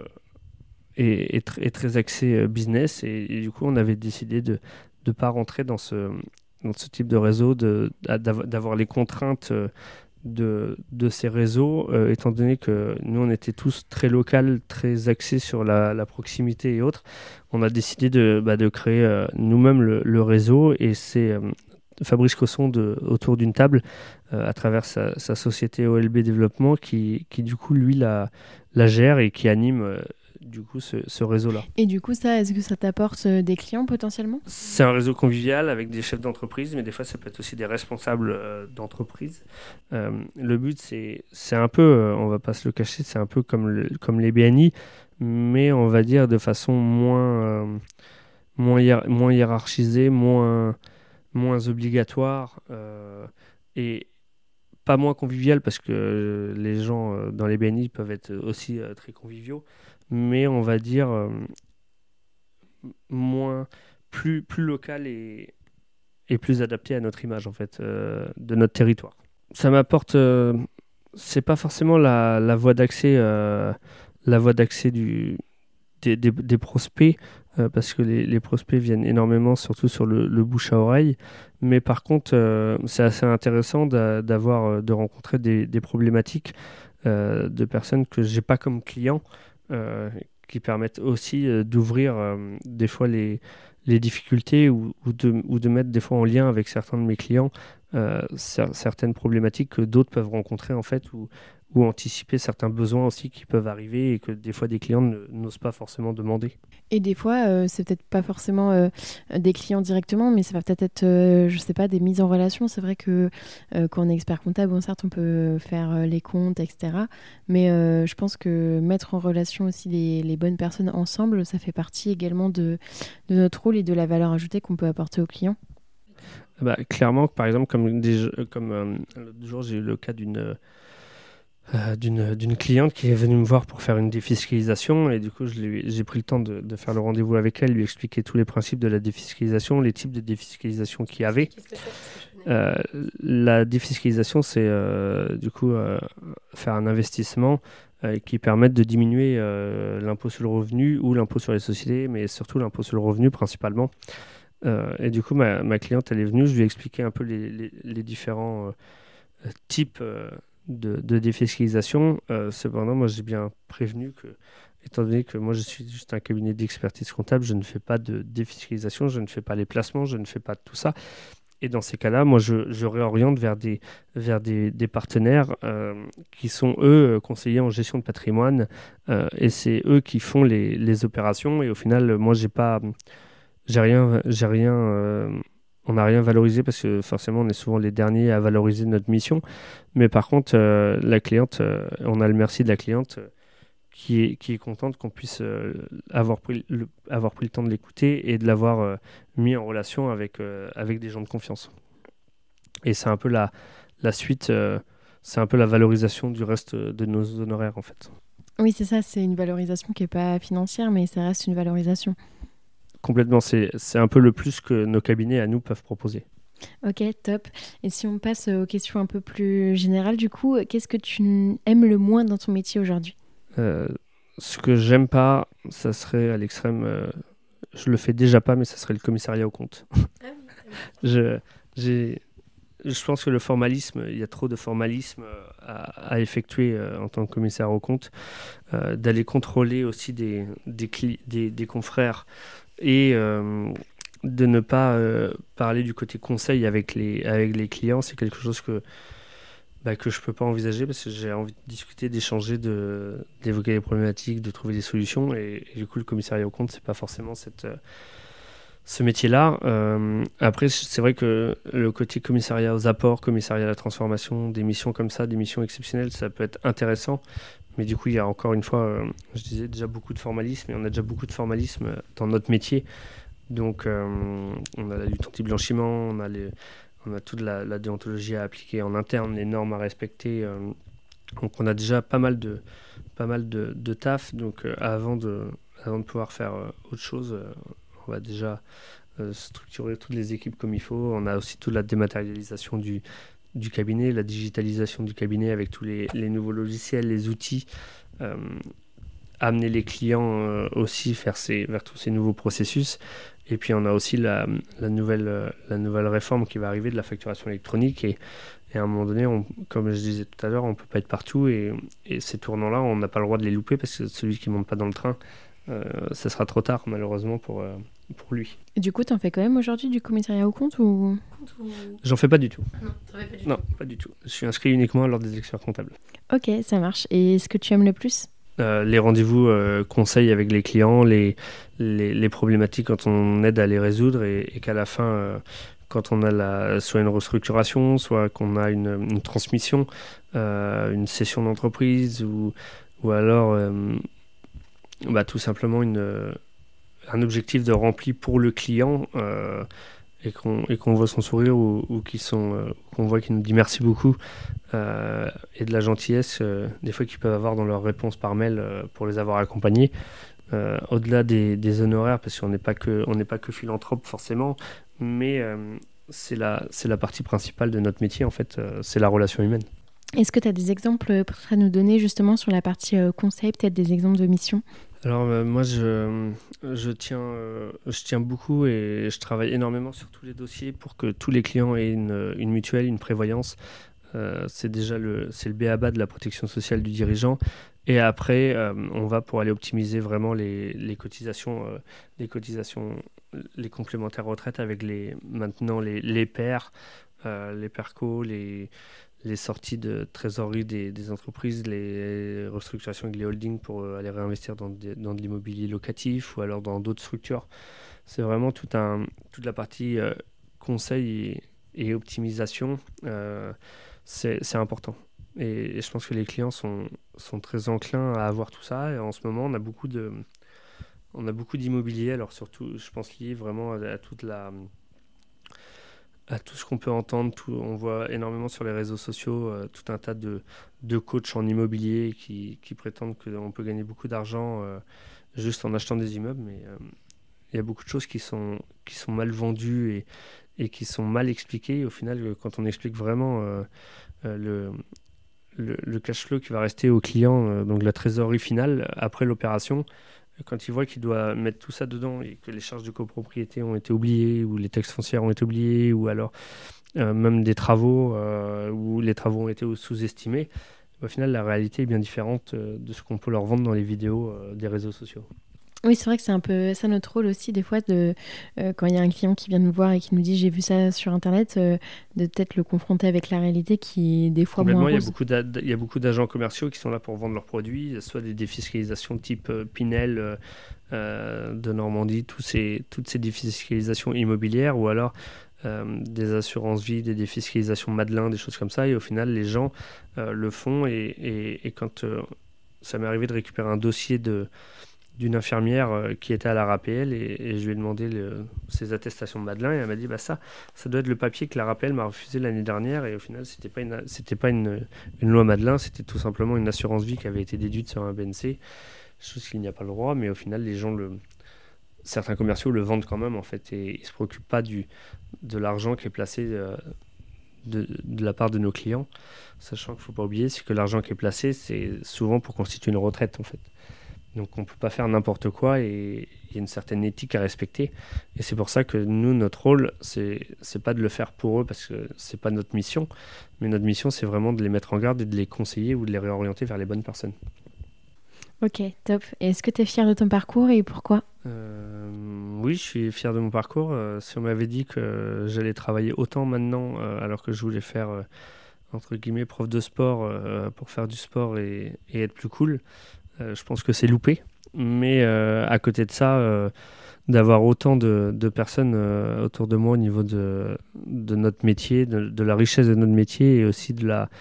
est, est, tr- est très axé euh, business. Et, et du coup, on avait décidé de ne pas rentrer dans ce, dans ce type de réseau, de, d'av- d'avoir les contraintes euh, de, de ces réseaux, euh, étant donné que nous, on était tous très local, très axés sur la, la proximité et autres. On a décidé de, bah, de créer euh, nous-mêmes le, le réseau, et c'est euh, Fabrice Cosson de, autour d'une table, euh, à travers sa, sa société O L B Développement, qui, qui du coup, lui, la, la gère et qui anime euh, du coup ce, ce réseau-là. Et du coup, ça, est-ce que ça t'apporte euh, des clients potentiellement? C'est un réseau convivial avec des chefs d'entreprise, mais des fois ça peut être aussi des responsables euh, d'entreprise. Euh, le but, c'est, c'est un peu, euh, on va pas se le cacher, c'est un peu comme, le- comme les B N I, mais on va dire de façon moins, euh, moins, hiér- moins hiérarchisée, moins, moins obligatoire, euh, et pas moins convivial, parce que euh, les gens euh, dans les B N I peuvent être aussi euh, très conviviaux, mais on va dire euh, moins, plus, plus local et, et plus adapté à notre image en fait, euh, de notre territoire. Ça m'apporte, euh, c'est pas forcément la, la voie d'accès, euh, la voie d'accès du, des, des, des prospects, euh, parce que les, les prospects viennent énormément, surtout sur le, le bouche à oreille. Mais par contre, euh, c'est assez intéressant d'a- d'avoir, euh, de rencontrer des, des problématiques euh, de personnes que j'ai pas comme clients, euh, qui permettent aussi euh, d'ouvrir euh, des fois les, les difficultés, ou, ou de, ou de mettre des fois en lien avec certains de mes clients euh, cer- certaines problématiques que d'autres peuvent rencontrer en fait, ou, ou anticiper certains besoins aussi qui peuvent arriver et que des fois des clients ne- n'osent pas forcément demander. Et des fois, euh, c'est peut-être pas forcément euh, des clients directement, mais ça va peut-être être, euh, je sais pas, des mises en relation. C'est vrai que euh, quand on est expert comptable, bon, certes, on peut faire euh, les comptes, et cetera. Mais euh, je pense que mettre en relation aussi les, les bonnes personnes ensemble, ça fait partie également de, de notre rôle et de la valeur ajoutée qu'on peut apporter aux clients. Bah, clairement, par exemple, comme, des, comme euh, l'autre jour, j'ai eu le cas d'une euh, d'une d'une cliente qui est venue me voir pour faire une défiscalisation, et du coup je lui- j'ai pris le temps de, de faire le rendez-vous avec elle, lui expliquer tous les principes de la défiscalisation, les types de défiscalisation qu'il y avait. Euh, la défiscalisation, c'est euh, du coup euh, faire un investissement euh, qui permette de diminuer euh, l'impôt sur le revenu ou l'impôt sur les sociétés, mais surtout l'impôt sur le revenu principalement. Euh, et du coup, ma, ma cliente, elle est venue, je lui ai expliqué un peu les, les- les différents euh, types euh, de, de défiscalisation. Euh, cependant, moi, j'ai bien prévenu que, étant donné que moi, je suis juste un cabinet d'expertise comptable, je ne fais pas de défiscalisation, je ne fais pas les placements, je ne fais pas tout ça. et dans ces cas-là, moi, je, je réoriente vers des, vers des, des partenaires euh, qui sont, eux, conseillers en gestion de patrimoine. Euh, et c'est eux qui font les, les opérations. Et au final, moi, j'ai pas, j'ai rien, j'ai rien, euh, on n'a rien valorisé parce que forcément, on est souvent les derniers à valoriser notre mission. Mais par contre, euh, la cliente, euh, on a le merci de la cliente euh, qui est, qui est contente qu'on puisse euh, avoir, pris le, avoir pris le temps de l'écouter et de l'avoir euh, mis en relation avec, euh, avec des gens de confiance. Et c'est un peu la, la suite, euh, c'est un peu la valorisation du reste de nos honoraires en fait. Oui, c'est ça, c'est une valorisation qui n'est pas financière, mais ça reste une valorisation. Complètement, c'est, c'est un peu le plus que nos cabinets à nous peuvent proposer. Ok, top. Et si on passe aux questions un peu plus générales, du coup, qu'est-ce que tu aimes le moins dans ton métier aujourd'hui ? Euh, ce que j'aime pas, ça serait à l'extrême, euh, je le fais déjà pas, mais ça serait le commissariat aux comptes. Ah oui, je, j'ai, je pense que le formalisme, il y a trop de formalisme à, à effectuer euh, en tant que commissaire aux comptes, euh, d'aller contrôler aussi des, des, cli- des, des confrères et euh, de ne pas euh, parler du côté conseil avec les, avec les clients, c'est quelque chose que Bah, que je peux pas envisager parce que j'ai envie de discuter, d'échanger, de, d'évoquer les problématiques, de trouver des solutions. Et, et du coup, le commissariat aux comptes, c'est pas forcément cette, euh, ce métier-là. Euh, après, c'est vrai que le côté commissariat aux apports, commissariat à la transformation, des missions comme ça, des missions exceptionnelles, ça peut être intéressant. Mais du coup, il y a encore une fois, euh, je disais déjà beaucoup de formalisme et on a déjà beaucoup de formalisme dans notre métier. Donc, euh, on a la lutte anti-blanchiment, on a les on a toute la, la déontologie à appliquer en interne, les normes à respecter. Euh, donc on a déjà pas mal de, pas mal de, de taf. Donc euh, avant, de, avant de pouvoir faire euh, autre chose, euh, on va déjà euh, structurer toutes les équipes comme il faut. On a aussi toute la dématérialisation du, du cabinet, la digitalisation du cabinet avec tous les, les nouveaux logiciels, les outils. Euh, amener les clients euh, aussi vers, ces, vers tous ces nouveaux processus. Et puis on a aussi la, la, nouvelle, euh, la nouvelle réforme qui va arriver de la facturation électronique. Et, et à un moment donné, on, comme je disais tout à l'heure, on ne peut pas être partout. Et, et ces tournants-là, on n'a pas le droit de les louper parce que celui qui ne monte pas dans le train, euh, ça sera trop tard malheureusement pour, euh, pour lui. Et du coup, tu en fais quand même aujourd'hui du commissariat aux comptes ou... J'en fais pas du tout. Non, t'en fais pas du non, tout. pas du tout. Je suis inscrit uniquement à l'ordre des experts comptables. Ok, ça marche. Et ce que tu aimes le plus ? Euh, les rendez-vous euh, conseils avec les clients, les, les, les problématiques quand on aide à les résoudre et, et qu'à la fin, euh, quand on a la, soit une restructuration, soit qu'on a une, une transmission, euh, une cession d'entreprise ou, ou alors euh, bah, tout simplement une, un objectif de rempli pour le client euh, et, qu'on, et qu'on voit son sourire ou, ou qu'ils sont, euh, qu'on voit qu'il nous dit merci beaucoup. Euh, et de la gentillesse euh, des fois qu'ils peuvent avoir dans leurs réponses par mail euh, pour les avoir accompagnés euh, au-delà des, des honoraires parce qu'on n'est pas que on n'est pas que philanthrope forcément mais euh, c'est la c'est la partie principale de notre métier en fait euh, c'est la relation humaine. Est-ce que tu as des exemples à nous donner justement sur la partie euh, conseil, peut-être des exemples de missions ? Alors euh, moi je, je, tiens, euh, je tiens beaucoup et je travaille énormément sur tous les dossiers pour que tous les clients aient une, une mutuelle, une prévoyance. Euh, c'est déjà le, c'est le b a ba de la protection sociale du dirigeant. Et après, euh, on va pour aller optimiser vraiment les, les cotisations, euh, les cotisations, les complémentaires retraite avec les, maintenant les, les P E R, euh, les PERCO, les, les sorties de trésorerie des, des entreprises, les restructurations avec les holdings pour euh, aller réinvestir dans de, dans de l'immobilier locatif ou alors dans d'autres structures. C'est vraiment tout un, toute la partie euh, conseil et, et optimisation. Euh, C'est, c'est important. Et, et je pense que les clients sont, sont très enclins à avoir tout ça. Et en ce moment, on a beaucoup de, on a beaucoup d'immobilier. Alors surtout, je pense lié vraiment à, à toute la, à tout ce qu'on peut entendre. Tout, on voit énormément sur les réseaux sociaux euh, tout un tas de, de coachs en immobilier qui, qui prétendent qu'on peut gagner beaucoup d'argent euh, juste en achetant des immeubles. Mais euh, il y a beaucoup de choses qui sont, qui sont mal vendues et, et qui sont mal expliquées. Et au final, quand on explique vraiment euh, euh, le, le, le cash flow qui va rester au client, euh, donc la trésorerie finale après l'opération, quand il voit qu'il doit mettre tout ça dedans et que les charges de copropriété ont été oubliées ou les taxes foncières ont été oubliées ou alors euh, même des travaux euh, où les travaux ont été sous-estimés, au final la réalité est bien différente euh, de ce qu'on peut leur vendre dans les vidéos euh, des réseaux sociaux. Oui, c'est vrai que c'est un peu ça notre rôle aussi, des fois, de, euh, quand il y a un client qui vient nous voir et qui nous dit j'ai vu ça sur Internet, euh, de peut-être le confronter avec la réalité qui est des fois moins Complètement, il y a rose. beaucoup d'a- il y a beaucoup d'agents commerciaux qui sont là pour vendre leurs produits, soit des défiscalisations type euh, Pinel euh, euh, de Normandie, tous ces, toutes ces défiscalisations immobilières, ou alors euh, des assurances vie, des défiscalisations Madelin, des choses comme ça. Et au final, les gens euh, le font. Et, et- et quand euh, ça m'est arrivé de récupérer un dossier de d'une infirmière euh, qui était à la R A P L, et, et je lui ai demandé le- ses attestations de Madelin, et elle m'a dit bah ça ça doit être le papier que la R A P L m'a refusé l'année dernière, et au final c'était pas une c'était pas une, une loi Madelin, c'était tout simplement une assurance vie qui avait été déduite sur un B N C, chose qu'il n'y a pas le droit, mais au final les gens le certains commerciaux le vendent quand même en fait, et ils se préoccupent pas du de l'argent qui est placé euh, de, de la part de nos clients, sachant qu'il faut pas oublier c'est que l'argent qui est placé c'est souvent pour constituer une retraite en fait. Donc on ne peut pas faire n'importe quoi, et il y a une certaine éthique à respecter. Et c'est pour ça que nous, notre rôle, c'est c'est pas de le faire pour eux parce que c'est pas notre mission, mais notre mission, c'est vraiment de les mettre en garde et de les conseiller ou de les réorienter vers les bonnes personnes. Ok, top. Et est-ce que tu es fier de ton parcours et pourquoi? Euh, oui, je suis fier de mon parcours. Euh, si on m'avait dit que j'allais travailler autant maintenant, euh, alors que je voulais faire, euh, entre guillemets, prof de sport euh, pour faire du sport et, et être plus cool, euh, je pense que c'est loupé. Mais euh, à côté de ça, euh, d'avoir autant de, de personnes euh, autour de moi au niveau de, de notre métier, de, de la richesse de notre métier, et aussi de la,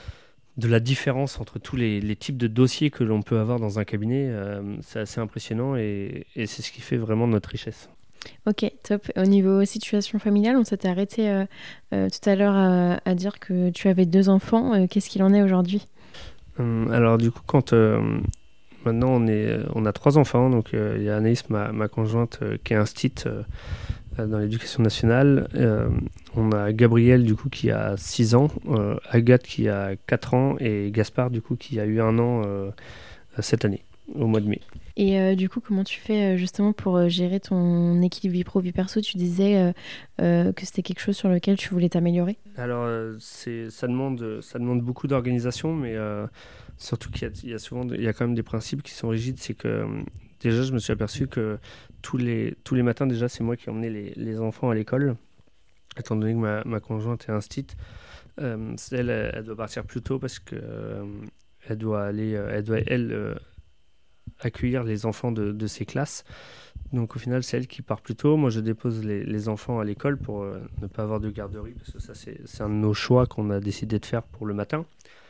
de la différence entre tous les, les types de dossiers que l'on peut avoir dans un cabinet, euh, c'est assez impressionnant, et, et c'est ce qui fait vraiment notre richesse. Ok, top. Au niveau situation familiale, on s'était arrêté euh, euh, tout à l'heure à, à dire que tu avais deux enfants. Euh, qu'est-ce qu'il en est aujourd'hui? Hum, alors du coup, quand euh, maintenant on, est, on a trois enfants, donc euh, il y a Anaïs, ma, ma conjointe, euh, qui est instite euh, dans l'éducation nationale. Euh, on a Gabriel du coup qui a six ans, euh, Agathe qui a quatre ans, et Gaspard du coup qui a eu un an euh, cette année, au mois de mai. Et euh, du coup, comment tu fais euh, justement pour euh, gérer ton équilibre vie pro, vie perso? Tu disais euh, euh, que c'était quelque chose sur lequel tu voulais t'améliorer. Alors euh, c'est, ça, demande, ça demande beaucoup d'organisation, mais euh, surtout qu'il y a, il y a souvent il y a quand même des principes qui sont rigides. C'est que euh, déjà je me suis aperçu que tous les, tous les matins déjà c'est moi qui emmenais les, les enfants à l'école, étant donné que ma, ma conjointe est instite. Euh, elle, elle, elle doit partir plus tôt parce que euh, elle doit aller, euh, elle doit elle euh, accueillir les enfants de, de ses classes. Donc au final, c'est elle qui part plus tôt. Moi, je dépose les, les enfants à l'école pour euh, ne pas avoir de garderie, parce que ça, c'est, c'est un de nos choix qu'on a décidé de faire pour le matin.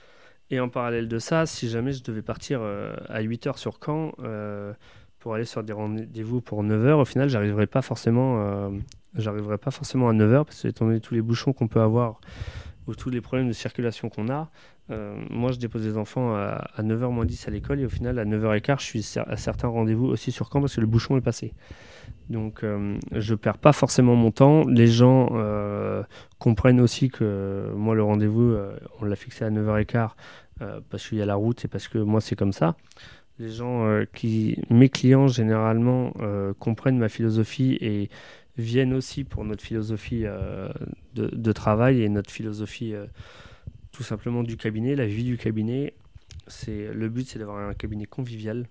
Et en parallèle de ça, si jamais je devais partir euh, à huit heures sur Caen euh, pour aller sur des rendez-vous pour neuf heures, au final, j'arriverai pas forcément, euh, j'arriverai pas forcément à neuf heures, parce que étant donné tous les bouchons qu'on peut avoir ou tous les problèmes de circulation qu'on a, euh, moi je dépose les enfants à, à neuf heures moins dix à l'école, et au final à neuf heures quinze je suis à certains rendez-vous aussi sur Caen parce que le bouchon est passé. Donc euh, je perds pas forcément mon temps. Les gens euh, comprennent aussi que moi le rendez-vous euh, on l'a fixé à neuf heures quinze euh, parce qu'il y a la route et parce que moi c'est comme ça. Les gens euh, qui, mes clients généralement euh, comprennent ma philosophie et viennent aussi pour notre philosophie euh, de, de travail et notre philosophie euh, tout simplement du cabinet, la vie du cabinet. C'est, le but c'est d'avoir un cabinet convivial,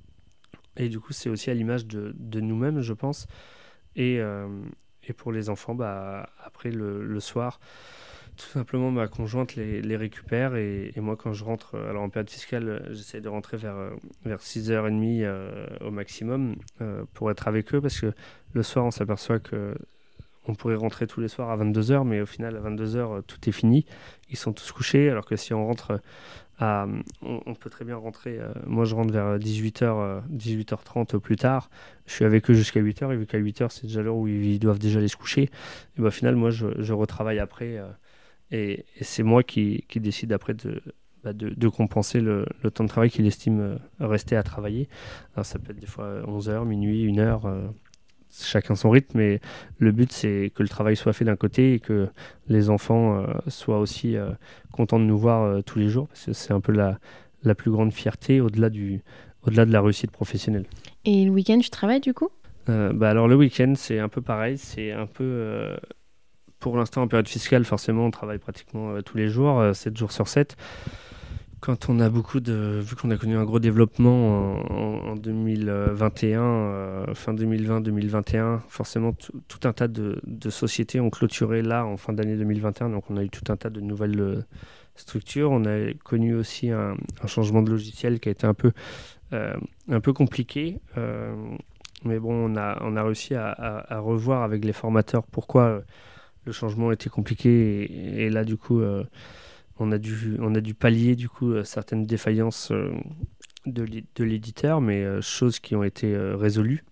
et du coup c'est aussi à l'image de, de nous-mêmes je pense, et, euh, et pour les enfants bah, après le, le soir tout simplement ma conjointe les, les récupère, et, et moi quand je rentre, alors en période fiscale j'essaie de rentrer vers, vers six heures trente euh, au maximum euh, pour être avec eux, parce que le soir on s'aperçoit que on pourrait rentrer tous les soirs à vingt-deux heures, mais au final, à vingt-deux heures, tout est fini. Ils sont tous couchés, alors que si on rentre à... On, on peut très bien rentrer... Euh, moi, je rentre vers dix-huit heures, dix-huit heures trente au plus tard. Je suis avec eux jusqu'à huit heures, et vu qu'à huit heures, c'est déjà l'heure où ils doivent déjà aller se coucher, et ben, au final, moi, je, je retravaille après. Euh, et, et c'est moi qui, qui décide après de, bah, de, de compenser le, le temps de travail qu'il estime rester à travailler. Alors, ça peut être des fois onze heures, minuit, une heure... Euh, chacun son rythme, mais le but c'est que le travail soit fait d'un côté et que les enfants euh, soient aussi euh, contents de nous voir euh, tous les jours, parce que c'est un peu la, la plus grande fierté au-delà, du, au-delà de la réussite professionnelle. Et le week-end, tu travailles du coup? euh, bah alors le week-end c'est un peu pareil, c'est un peu... Euh, pour l'instant en période fiscale forcément on travaille pratiquement euh, tous les jours, euh, sept jours sur sept. Quand on a beaucoup de, vu qu'on a connu un gros développement en, en, en deux mille vingt et un, euh, fin deux mille vingt deux mille vingt et un, forcément t- tout un tas de, de sociétés ont clôturé là en fin d'année deux mille vingt et un, donc on a eu tout un tas de nouvelles euh, structures. On a connu aussi un, un changement de logiciel qui a été un peu, euh, un peu compliqué, euh, mais bon, on a, on a réussi à, à, à revoir avec les formateurs pourquoi euh, le changement était compliqué, et, et là du coup... Euh, On a dû, on a dû pallier du coup euh, certaines défaillances euh, de, l'é- de l'éditeur, mais euh, choses qui ont été euh, résolues.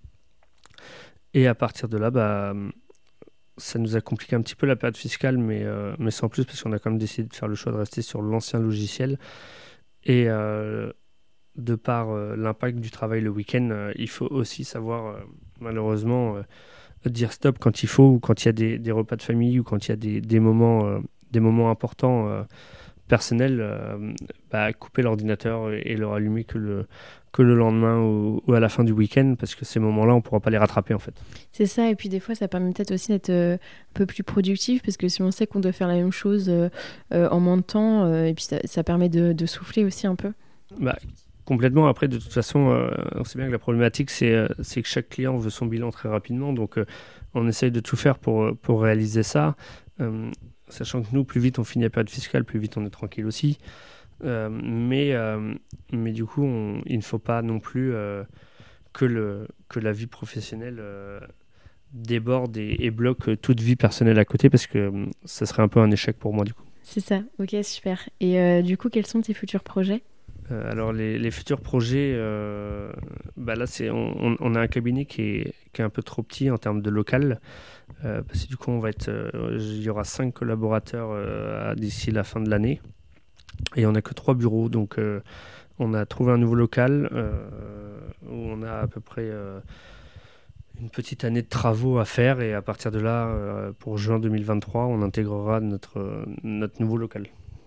Et à partir de là, bah, ça nous a compliqué un petit peu la période fiscale, mais, euh, mais sans plus, parce qu'on a quand même décidé de faire le choix de rester sur l'ancien logiciel. Et euh, de par euh, l'impact du travail le week-end, euh, il faut aussi savoir, euh, malheureusement, euh, dire stop quand il faut, ou quand il y a des, des repas de famille, ou quand il y a des, des moments, euh, des moments importants. Euh, personnel, euh, bah, couper l'ordinateur et, et le rallumer que le, que le lendemain ou, ou à la fin du week-end, parce que ces moments-là, on ne pourra pas les rattraper en fait. C'est ça, et puis des fois, ça permet peut-être aussi d'être euh, un peu plus productif, parce que si on sait qu'on doit faire la même chose euh, euh, en moins de temps, euh, et puis ça, ça permet de, de souffler aussi un peu. Bah, complètement. Après, de toute façon, euh, on sait bien que la problématique, c'est, euh, c'est que chaque client veut son bilan très rapidement, donc euh, on essaye de tout faire pour, pour réaliser ça. Euh, Sachant que nous, plus vite on finit la période fiscale, plus vite on est tranquille aussi. Euh, mais, euh, mais du coup, on, il ne faut pas non plus euh, que, le, que la vie professionnelle euh, déborde et, et bloque toute vie personnelle à côté, parce que euh, ça serait un peu un échec pour moi du coup. C'est ça, ok, super. Et euh, du coup, quels sont tes futurs projets ? Euh, alors les, les futurs projets, euh, bah là c'est, on, on a un cabinet qui est, qui est un peu trop petit en termes de local. Euh, parce que du coup, on va être, euh, il y aura cinq collaborateurs euh, d'ici la fin de l'année, et on n'a que trois bureaux. Donc, euh, on a trouvé un nouveau local euh, où on a à peu près euh, une petite année de travaux à faire, et à partir de là, euh, pour juin deux mille vingt-trois, on intégrera notre, euh, notre nouveau local,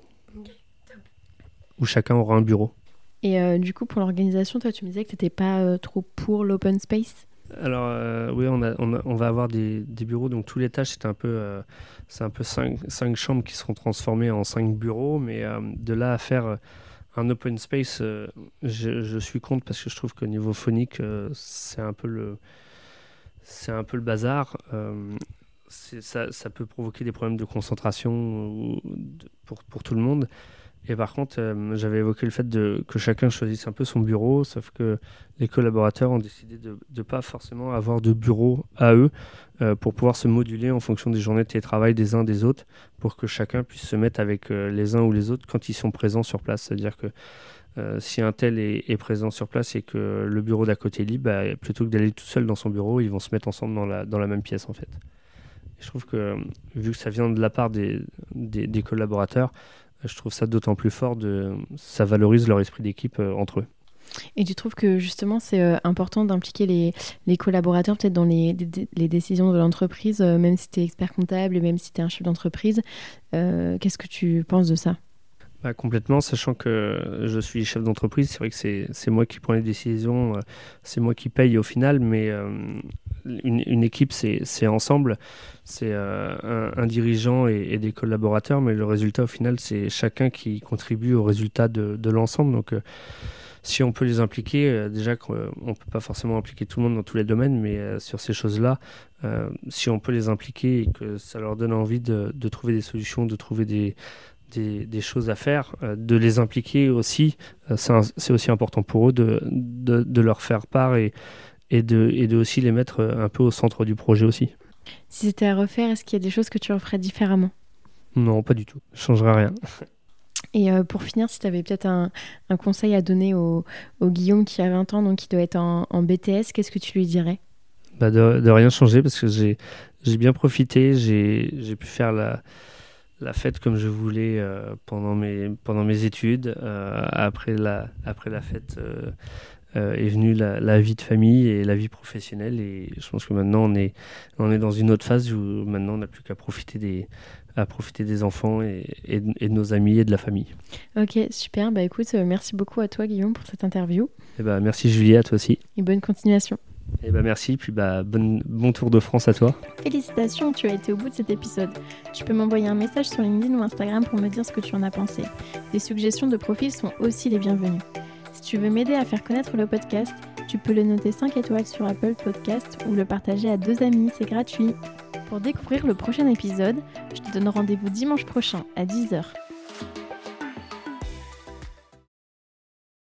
où chacun aura un bureau. Et euh, du coup, pour l'organisation, toi, tu me disais que tu n'étais pas euh, trop pour l'open space ? Alors euh, oui, on, a, on, a, on va avoir des, des bureaux, donc tout l'étage c'est un peu, euh, c'est un peu cinq, cinq chambres qui seront transformées en cinq bureaux, mais euh, de là à faire euh, un open space, euh, je, je suis contre, parce que je trouve qu'au niveau phonique, euh, c'est un peu le, c'est un peu le bazar. Euh, c'est, ça, ça peut provoquer des problèmes de concentration ou de- pour, pour tout le monde. Et par contre, euh, j'avais évoqué le fait de, que chacun choisisse un peu son bureau, sauf que les collaborateurs ont décidé de ne pas forcément avoir de bureau à eux, euh, pour pouvoir se moduler en fonction des journées de télétravail des uns des autres, pour que chacun puisse se mettre avec euh, les uns ou les autres quand ils sont présents sur place. C'est-à-dire que euh, si un tel est, est présent sur place et que le bureau d'à côté est libre, bah, plutôt que d'aller tout seul dans son bureau, ils vont se mettre ensemble dans la, dans la même pièce en fait. Et je trouve que, vu que ça vient de la part des, des, des collaborateurs, je trouve ça d'autant plus fort, de, ça valorise leur esprit d'équipe euh, entre eux. Et tu trouves que justement c'est euh, important d'impliquer les, les collaborateurs peut-être dans les, des- les décisions de l'entreprise, euh, même si tu es expert comptable et même si tu es un chef d'entreprise. Euh, qu'est-ce que tu penses de ça ? Bah, complètement, sachant que je suis chef d'entreprise, c'est vrai que c'est, c'est moi qui prends les décisions, euh, c'est moi qui paye au final, mais euh, une, une équipe c'est, c'est ensemble, c'est euh, un, un dirigeant et, et des collaborateurs, mais le résultat au final c'est chacun qui contribue au résultat de, de l'ensemble. Donc euh, si on peut les impliquer, euh, déjà qu'on ne peut pas forcément impliquer tout le monde dans tous les domaines, mais euh, sur ces choses-là, euh, si on peut les impliquer et que ça leur donne envie de, de trouver des solutions, de trouver des, des, des choses à faire, euh, de les impliquer aussi, euh, c'est, un- c'est aussi important pour eux de, de, de leur faire part, et, et, de, et de aussi les mettre euh, un peu au centre du projet aussi. Si c'était à refaire, est-ce qu'il y a des choses que tu referais différemment ? Non, pas du tout. Je ne changerai rien. Et euh, pour finir, si tu avais peut-être un, un conseil à donner au, au Guillaume qui a vingt ans, donc qui doit être en, en B T S, qu'est-ce que tu lui dirais ? Bah de, de rien changer, parce que j'ai, j'ai bien profité, j'ai, j'ai pu faire la, la fête comme je voulais euh, pendant, mes, pendant mes études. Euh, après, la, après la fête euh, euh, est venue la, la vie de famille et la vie professionnelle, et je pense que maintenant on est, on est dans une autre phase où maintenant on n'a plus qu'à profiter des, à profiter des enfants et, et, de, et de nos amis et de la famille. Ok, super. Bah écoute, euh, merci beaucoup à toi Guillaume pour cette interview Et bah, merci Julie, à toi aussi. et bonne continuation. Et bah merci, puis bah bon, bon Tour de France à toi. Félicitations, tu as été au bout de cet épisode. Tu peux m'envoyer un message sur LinkedIn ou Instagram pour me dire ce que tu en as pensé. Des suggestions de profils sont aussi les bienvenues. Si tu veux m'aider à faire connaître le podcast, tu peux le noter cinq étoiles sur Apple Podcast ou le partager à deux amis, c'est gratuit. Pour découvrir le prochain épisode, je te donne rendez-vous dimanche prochain à dix heures.